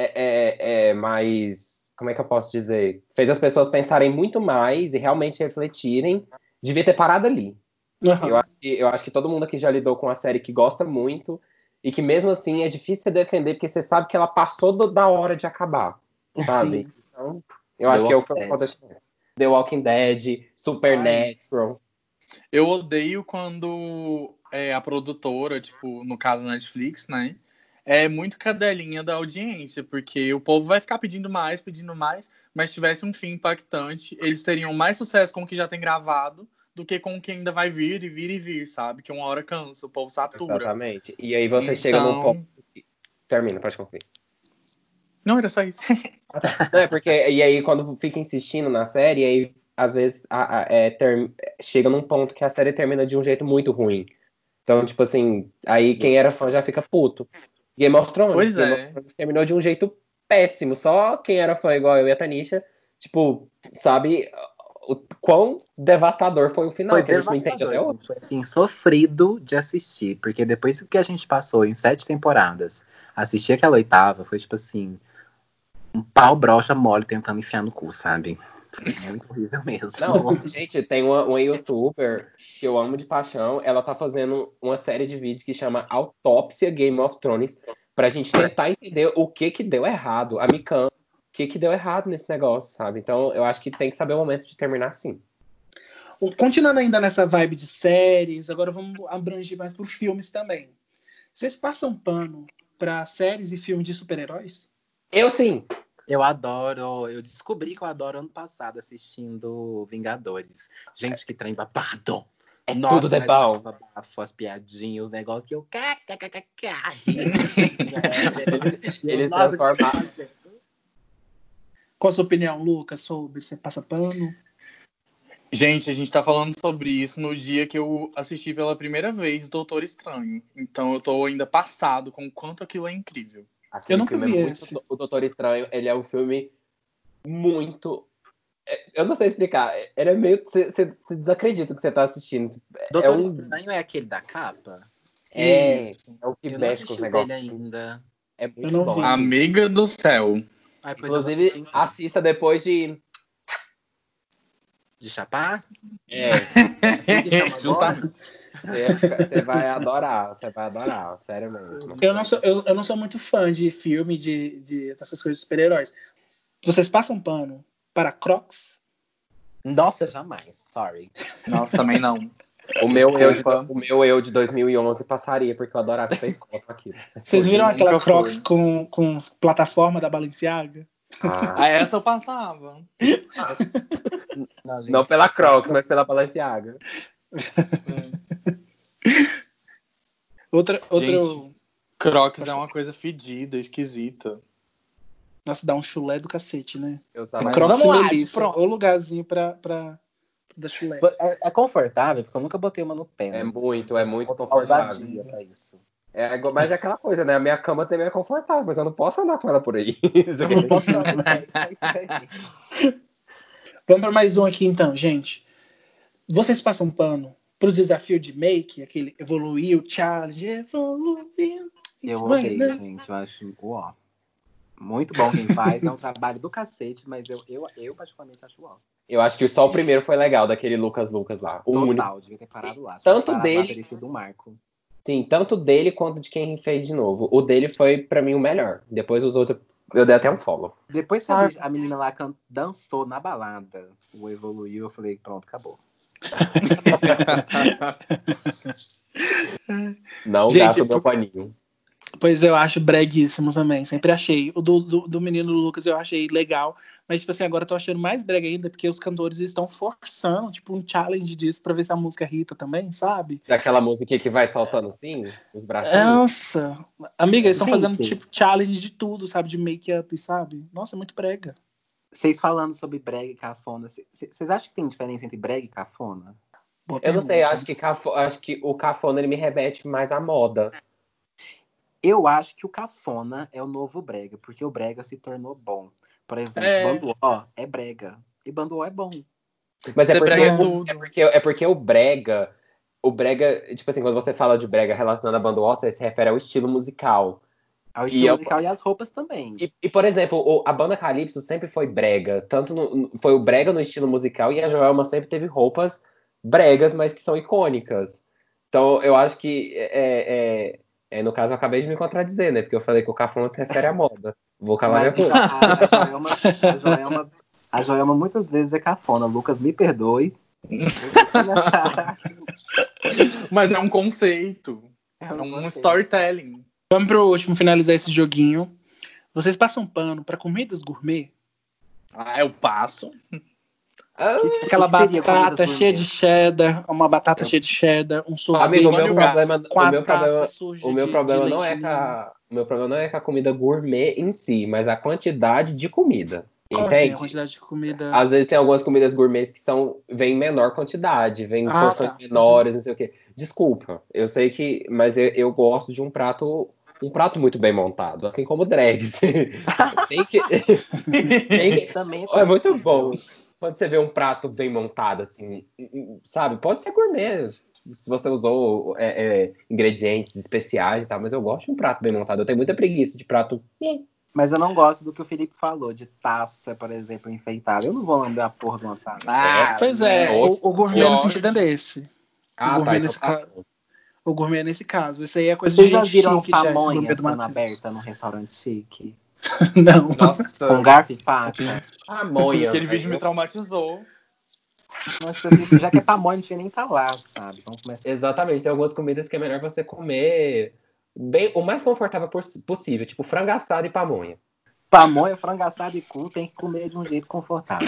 mais... Como é que eu posso dizer? Fez as pessoas pensarem muito mais e realmente refletirem. Devia ter parado ali. Uhum. Eu acho que todo mundo aqui já lidou com uma série que gosta muito e que mesmo assim é difícil você defender porque você sabe que ela passou da hora de acabar, sabe? Sim. Então, eu acho que é o que aconteceu. The Walking Dead, Supernatural. Eu odeio quando a produtora, tipo, no caso Netflix, né? É muito cadelinha da audiência, porque o povo vai ficar pedindo mais, mas se tivesse um fim impactante, eles teriam mais sucesso com o que já tem gravado do que com o que ainda vai vir, sabe? Que uma hora cansa, o povo satura. Exatamente. E aí você chega num ponto... Termina, pode concluir. Não, era só isso. Não, é porque... E aí, quando fica insistindo na série, aí, às vezes, chega num ponto que a série termina de um jeito muito ruim. Então, tipo assim, aí quem era fã já fica puto. Game of Thrones. Game of Thrones terminou de um jeito péssimo. Só quem era fã igual eu e a Tanisha, tipo, sabe o quão devastador foi o final, que a gente não entende até hoje. Foi assim, sofrido de assistir, porque depois que a gente passou em 7 temporadas, assistir aquela 8ª foi tipo assim, um pau brocha mole tentando enfiar no cu, sabe? É muito horrível mesmo. Não, gente, tem uma youtuber que eu amo de paixão. Ela tá fazendo uma série de vídeos que chama Autópsia Game of Thrones. pra gente tentar entender o que deu errado. A Mikan, o que deu errado nesse negócio, sabe? Então, eu acho que tem que saber o momento de terminar sim. Continuando ainda nessa vibe de séries, agora vamos abranger mais por filmes também. Vocês passam pano pra séries e filmes de super-heróis? Eu sim. Eu adoro. Eu descobri que eu adoro ano passado assistindo Vingadores. Gente, que trem babado. É tudo de mas bom. eu bafo, as piadinhas, os negócios que eu. Eles transformaram. Qual a sua opinião, Lucas, sobre você passa pano? Gente, a gente tá falando sobre isso no dia que eu assisti pela primeira vez Doutor Estranho. Então eu tô ainda passado com o quanto aquilo é incrível. Aquele Eu nunca filme vi é muito. esse. O Doutor Estranho, ele é um filme muito. Eu não sei explicar. Ele é meio. Você desacredita que você tá assistindo. Doutor Estranho é aquele da capa? É Isso. o que Eu não mexe com assisti os o dele negócios. ainda. É Eu muito não bom. vi. Amiga do céu. Ai, pois eu vou Inclusive, assistir, então. assista depois de. De chapar? É. Assim que chama agora? Justamente. Você vai adorar. Você vai adorar. Sério mesmo. Eu não sou muito fã de filme, dessas coisas de super-heróis. Vocês passam pano para Crocs? Nossa, jamais. Sorry. Nossa, também não. O meu eu de 2011 passaria, porque eu adorava ter escola com aquilo. Vocês viram Nunca aquela fui. Crocs com plataforma da Balenciaga? A essa eu passava. Não, gente, Não pela Crocs, mas pela Balenciaga. Outro... Gente. Crocs é uma coisa fedida, esquisita. Nossa, dá um chulé do cacete, né? Eu usava Mas Crocs e vamos lá, Melissa. próximo. O lugarzinho pra dar chulé. É confortável, porque eu nunca botei uma no pé, É né? muito confortável. Ousadia pra isso. Mas é aquela coisa, né? A minha cama também é confortável, mas eu não posso andar com ela por aí. Eu não posso Vamos para mais um aqui, então, gente. Vocês passam pano pros desafios de make, aquele evoluiu, challenge, evoluiu. Eu odeio, gente. Eu acho, uó. Muito bom quem faz, é um trabalho do cacete, mas eu particularmente acho uó. Eu acho que só o primeiro foi legal, daquele Lucas lá. O único. Total, devia ter parado lá. Tanto Lá, dele- teria sido um marco. Sim, tanto dele quanto de quem fez de novo. O dele foi, pra mim, o melhor. Depois os outros, eu dei até um follow. Depois que a menina lá dançou na balada, o evoluiu, eu falei, pronto, acabou. Não Gente, gasto meu paninho. Pois eu acho breguíssimo também, sempre achei. O do menino Lucas eu achei legal, mas tipo assim, agora eu tô achando mais brega ainda, porque os cantores estão forçando, tipo, um challenge disso pra ver se a música irrita também, sabe? Daquela musiquinha que vai saltando assim, os bracinhos. Nossa! Amiga, eles estão Gente. fazendo tipo challenge de tudo, sabe? De make-up, sabe? Nossa, é muito brega. Vocês falando sobre brega e cafona, vocês acham que tem diferença entre brega e cafona? Boa Eu não sei, pergunta. acho que o cafona ele me remete mais à moda. Eu acho que o cafona é o novo brega, porque o brega se tornou bom. Por exemplo, Banduó é brega e Banduó é bom. Mas Você brega tudo. é porque o brega, tipo assim, quando você fala de brega relacionado à banda você se refere ao estilo musical. Ao estilo musical e as roupas também. E, por exemplo, a banda Calypso sempre foi brega. Foi o brega no estilo musical e a Joelma sempre teve roupas bregas, mas que são icônicas. Então, eu acho que, no caso, eu acabei de me contradizer, né? Porque eu falei que o cafona se refere à moda. Vou calar minha boca. A Joelma muitas vezes é cafona. Lucas, me perdoe. Mas é um conceito. É É um conceito. storytelling. Vamos pro último finalizar esse joguinho. Vocês passam pano pra comidas gourmet? Ah, eu passo. Aquela que seria batata comidas cheia gourmet? de cheddar, uma batata cheia de cheddar, um sorvete Amigo, o meu lugar. problema, com a o meu taça problema, suja o meu de problema não leite é com ninho. o meu problema não é com a comida gourmet em si, mas a quantidade de comida. Como assim, a Entende? quantidade de comida? Às vezes tem algumas comidas gourmets que vêm em menor quantidade, vêm em porções tá. menores, não sei o quê. Desculpa, eu sei que, mas eu gosto de um prato muito bem montado, assim como drags. tem que, Também é muito possível. bom. Quando você vê um prato bem montado, assim, sabe? Pode ser gourmet, se você usou ingredientes especiais e tal, mas eu gosto de um prato bem montado. Eu tenho muita preguiça de prato. Mas eu não gosto do que o Felipe falou, de taça, por exemplo, enfeitada. Eu não vou lamber a porra de uma taça. Pois é, né? o gourmet no sentido é desse. Ah, gourmet tá. nesse Então, caso. O gourmet nesse caso. Isso aí é coisa Vocês de já gente viram chique, já, esse pamonha gourmet do sendo Matheus. aberta num restaurante chique? Não. Nossa, Com garfo e faca? Pamonha. aquele vídeo me velho. traumatizou. Mas, tipo assim, já que é pamonha, não tinha nem tá lá, sabe? Vamos começar. Exatamente, tem algumas comidas que é melhor você comer bem, o mais confortável possível, tipo frango assado e pamonha. Pamonha, frango assado e cu tem que comer de um jeito confortável.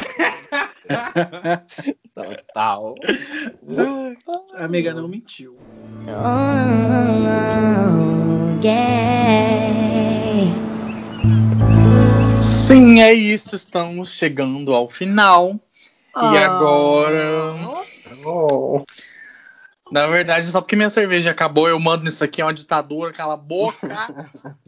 Total. A amiga não mentiu. Sim, é isso. Estamos chegando ao final. E agora. Oh. Na verdade, só porque minha cerveja acabou, eu mando nisso aqui, é uma ditadura, cala a boca.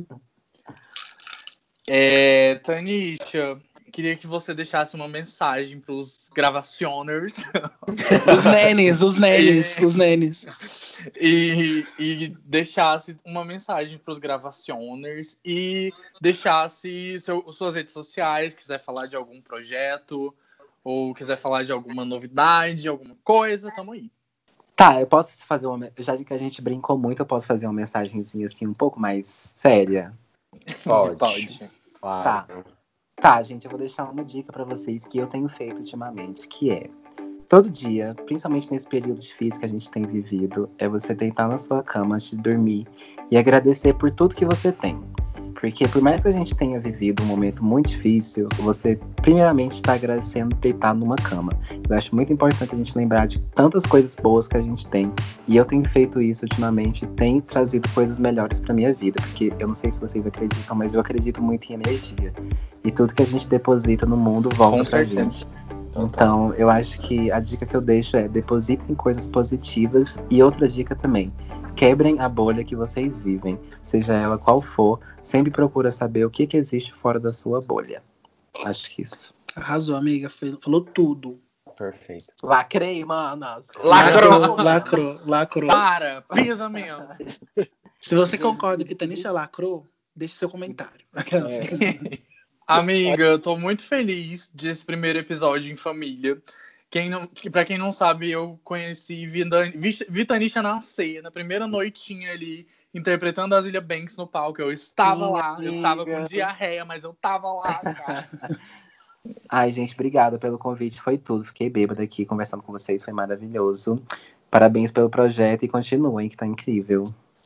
Tanisha, queria que você deixasse uma mensagem para os gravacioners. Os nenes. E deixasse uma mensagem para os gravacioners e deixasse suas redes sociais, quiser falar de algum projeto ou quiser falar de alguma novidade, alguma coisa, tamo aí. Tá, eu posso fazer já que a gente brincou muito, eu posso fazer uma mensagenzinha assim um pouco mais séria? Pode. Claro. Tá, gente, eu vou deixar uma dica pra vocês que eu tenho feito ultimamente, que é todo dia, principalmente nesse período difícil que a gente tem vivido, é você deitar na sua cama antes de dormir e agradecer por tudo que você tem. Porque por mais que a gente tenha vivido um momento muito difícil, você primeiramente está agradecendo deitar numa cama. Eu acho muito importante a gente lembrar de tantas coisas boas que a gente tem. E eu tenho feito isso ultimamente e tem trazido coisas melhores para minha vida. Porque eu não sei se vocês acreditam, mas eu acredito muito em energia. E tudo que a gente deposita no mundo volta pra gente. Então, eu acho que a dica que eu deixo é depositem coisas positivas. E outra dica também, quebrem a bolha que vocês vivem, seja ela qual for, sempre procura saber o que existe fora da sua bolha. Acho que isso. Arrasou, amiga. Falou tudo. Perfeito. Lacrei, manas. Lacrou. Para, pisa mesmo. Se você concorda que Tanisha lacrou, deixe seu comentário. Amiga, eu tô muito feliz desse primeiro episódio em família. Pra quem não sabe, eu conheci Tanisha na ceia, na primeira noitinha ali, interpretando a Azealia Banks no palco. Eu estava lá, eu tava com diarreia, mas eu tava lá, cara. Ai, gente, obrigada pelo convite, foi tudo. Fiquei bêbada aqui conversando com vocês, foi maravilhoso. Parabéns pelo projeto e continuem, que tá incrível.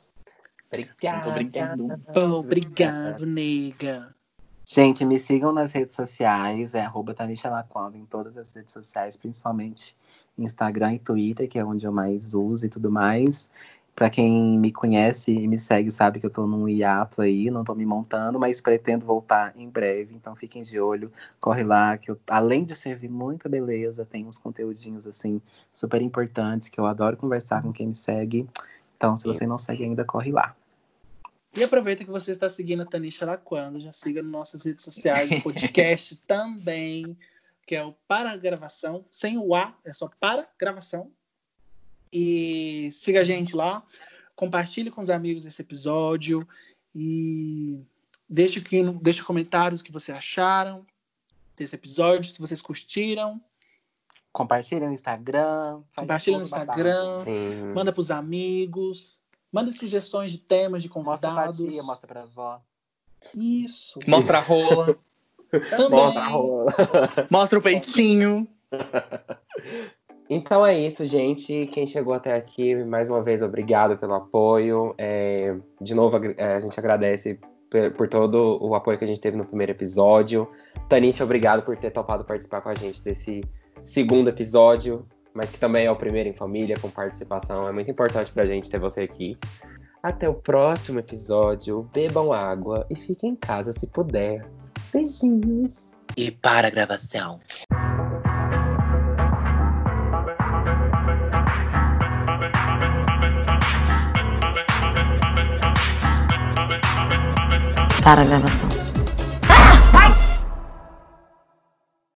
Obrigado, nega. Gente, me sigam nas redes sociais, @Tanisha Laquando em todas as redes sociais, principalmente Instagram e Twitter, que é onde eu mais uso e tudo mais. Pra quem me conhece e me segue, sabe que eu tô num hiato aí, não tô me montando, mas pretendo voltar em breve, então fiquem de olho, corre lá, que eu, além de servir muita beleza, tem uns conteúdinhos, assim, super importantes, que eu adoro conversar com quem me segue. Então, se você não segue ainda, corre lá. E aproveita que você está seguindo a Tanisha Laquando, já siga nas nossas redes sociais, o podcast também, que é o Para Gravação, sem o A, é só Para Gravação. E siga a gente lá, compartilhe com os amigos esse episódio e deixe comentários o que vocês acharam desse episódio, se vocês curtiram. Compartilha no Instagram. Manda pros amigos. Manda sugestões de temas, de convidados. Mostra pra tia, mostra pra avó. Isso. Mostra a rola. Mostra a rola. Mostra o peitinho. Então é isso, gente. Quem chegou até aqui, mais uma vez, obrigado pelo apoio. De novo, a gente agradece por todo o apoio que a gente teve no primeiro episódio. Tanisha, obrigado por ter topado participar com a gente desse segundo episódio, mas que também é o primeiro em família, com participação. É muito importante pra gente ter você aqui. Até o próximo episódio. Bebam água e fiquem em casa se puder. Beijinhos. E para a gravação. Para a gravação.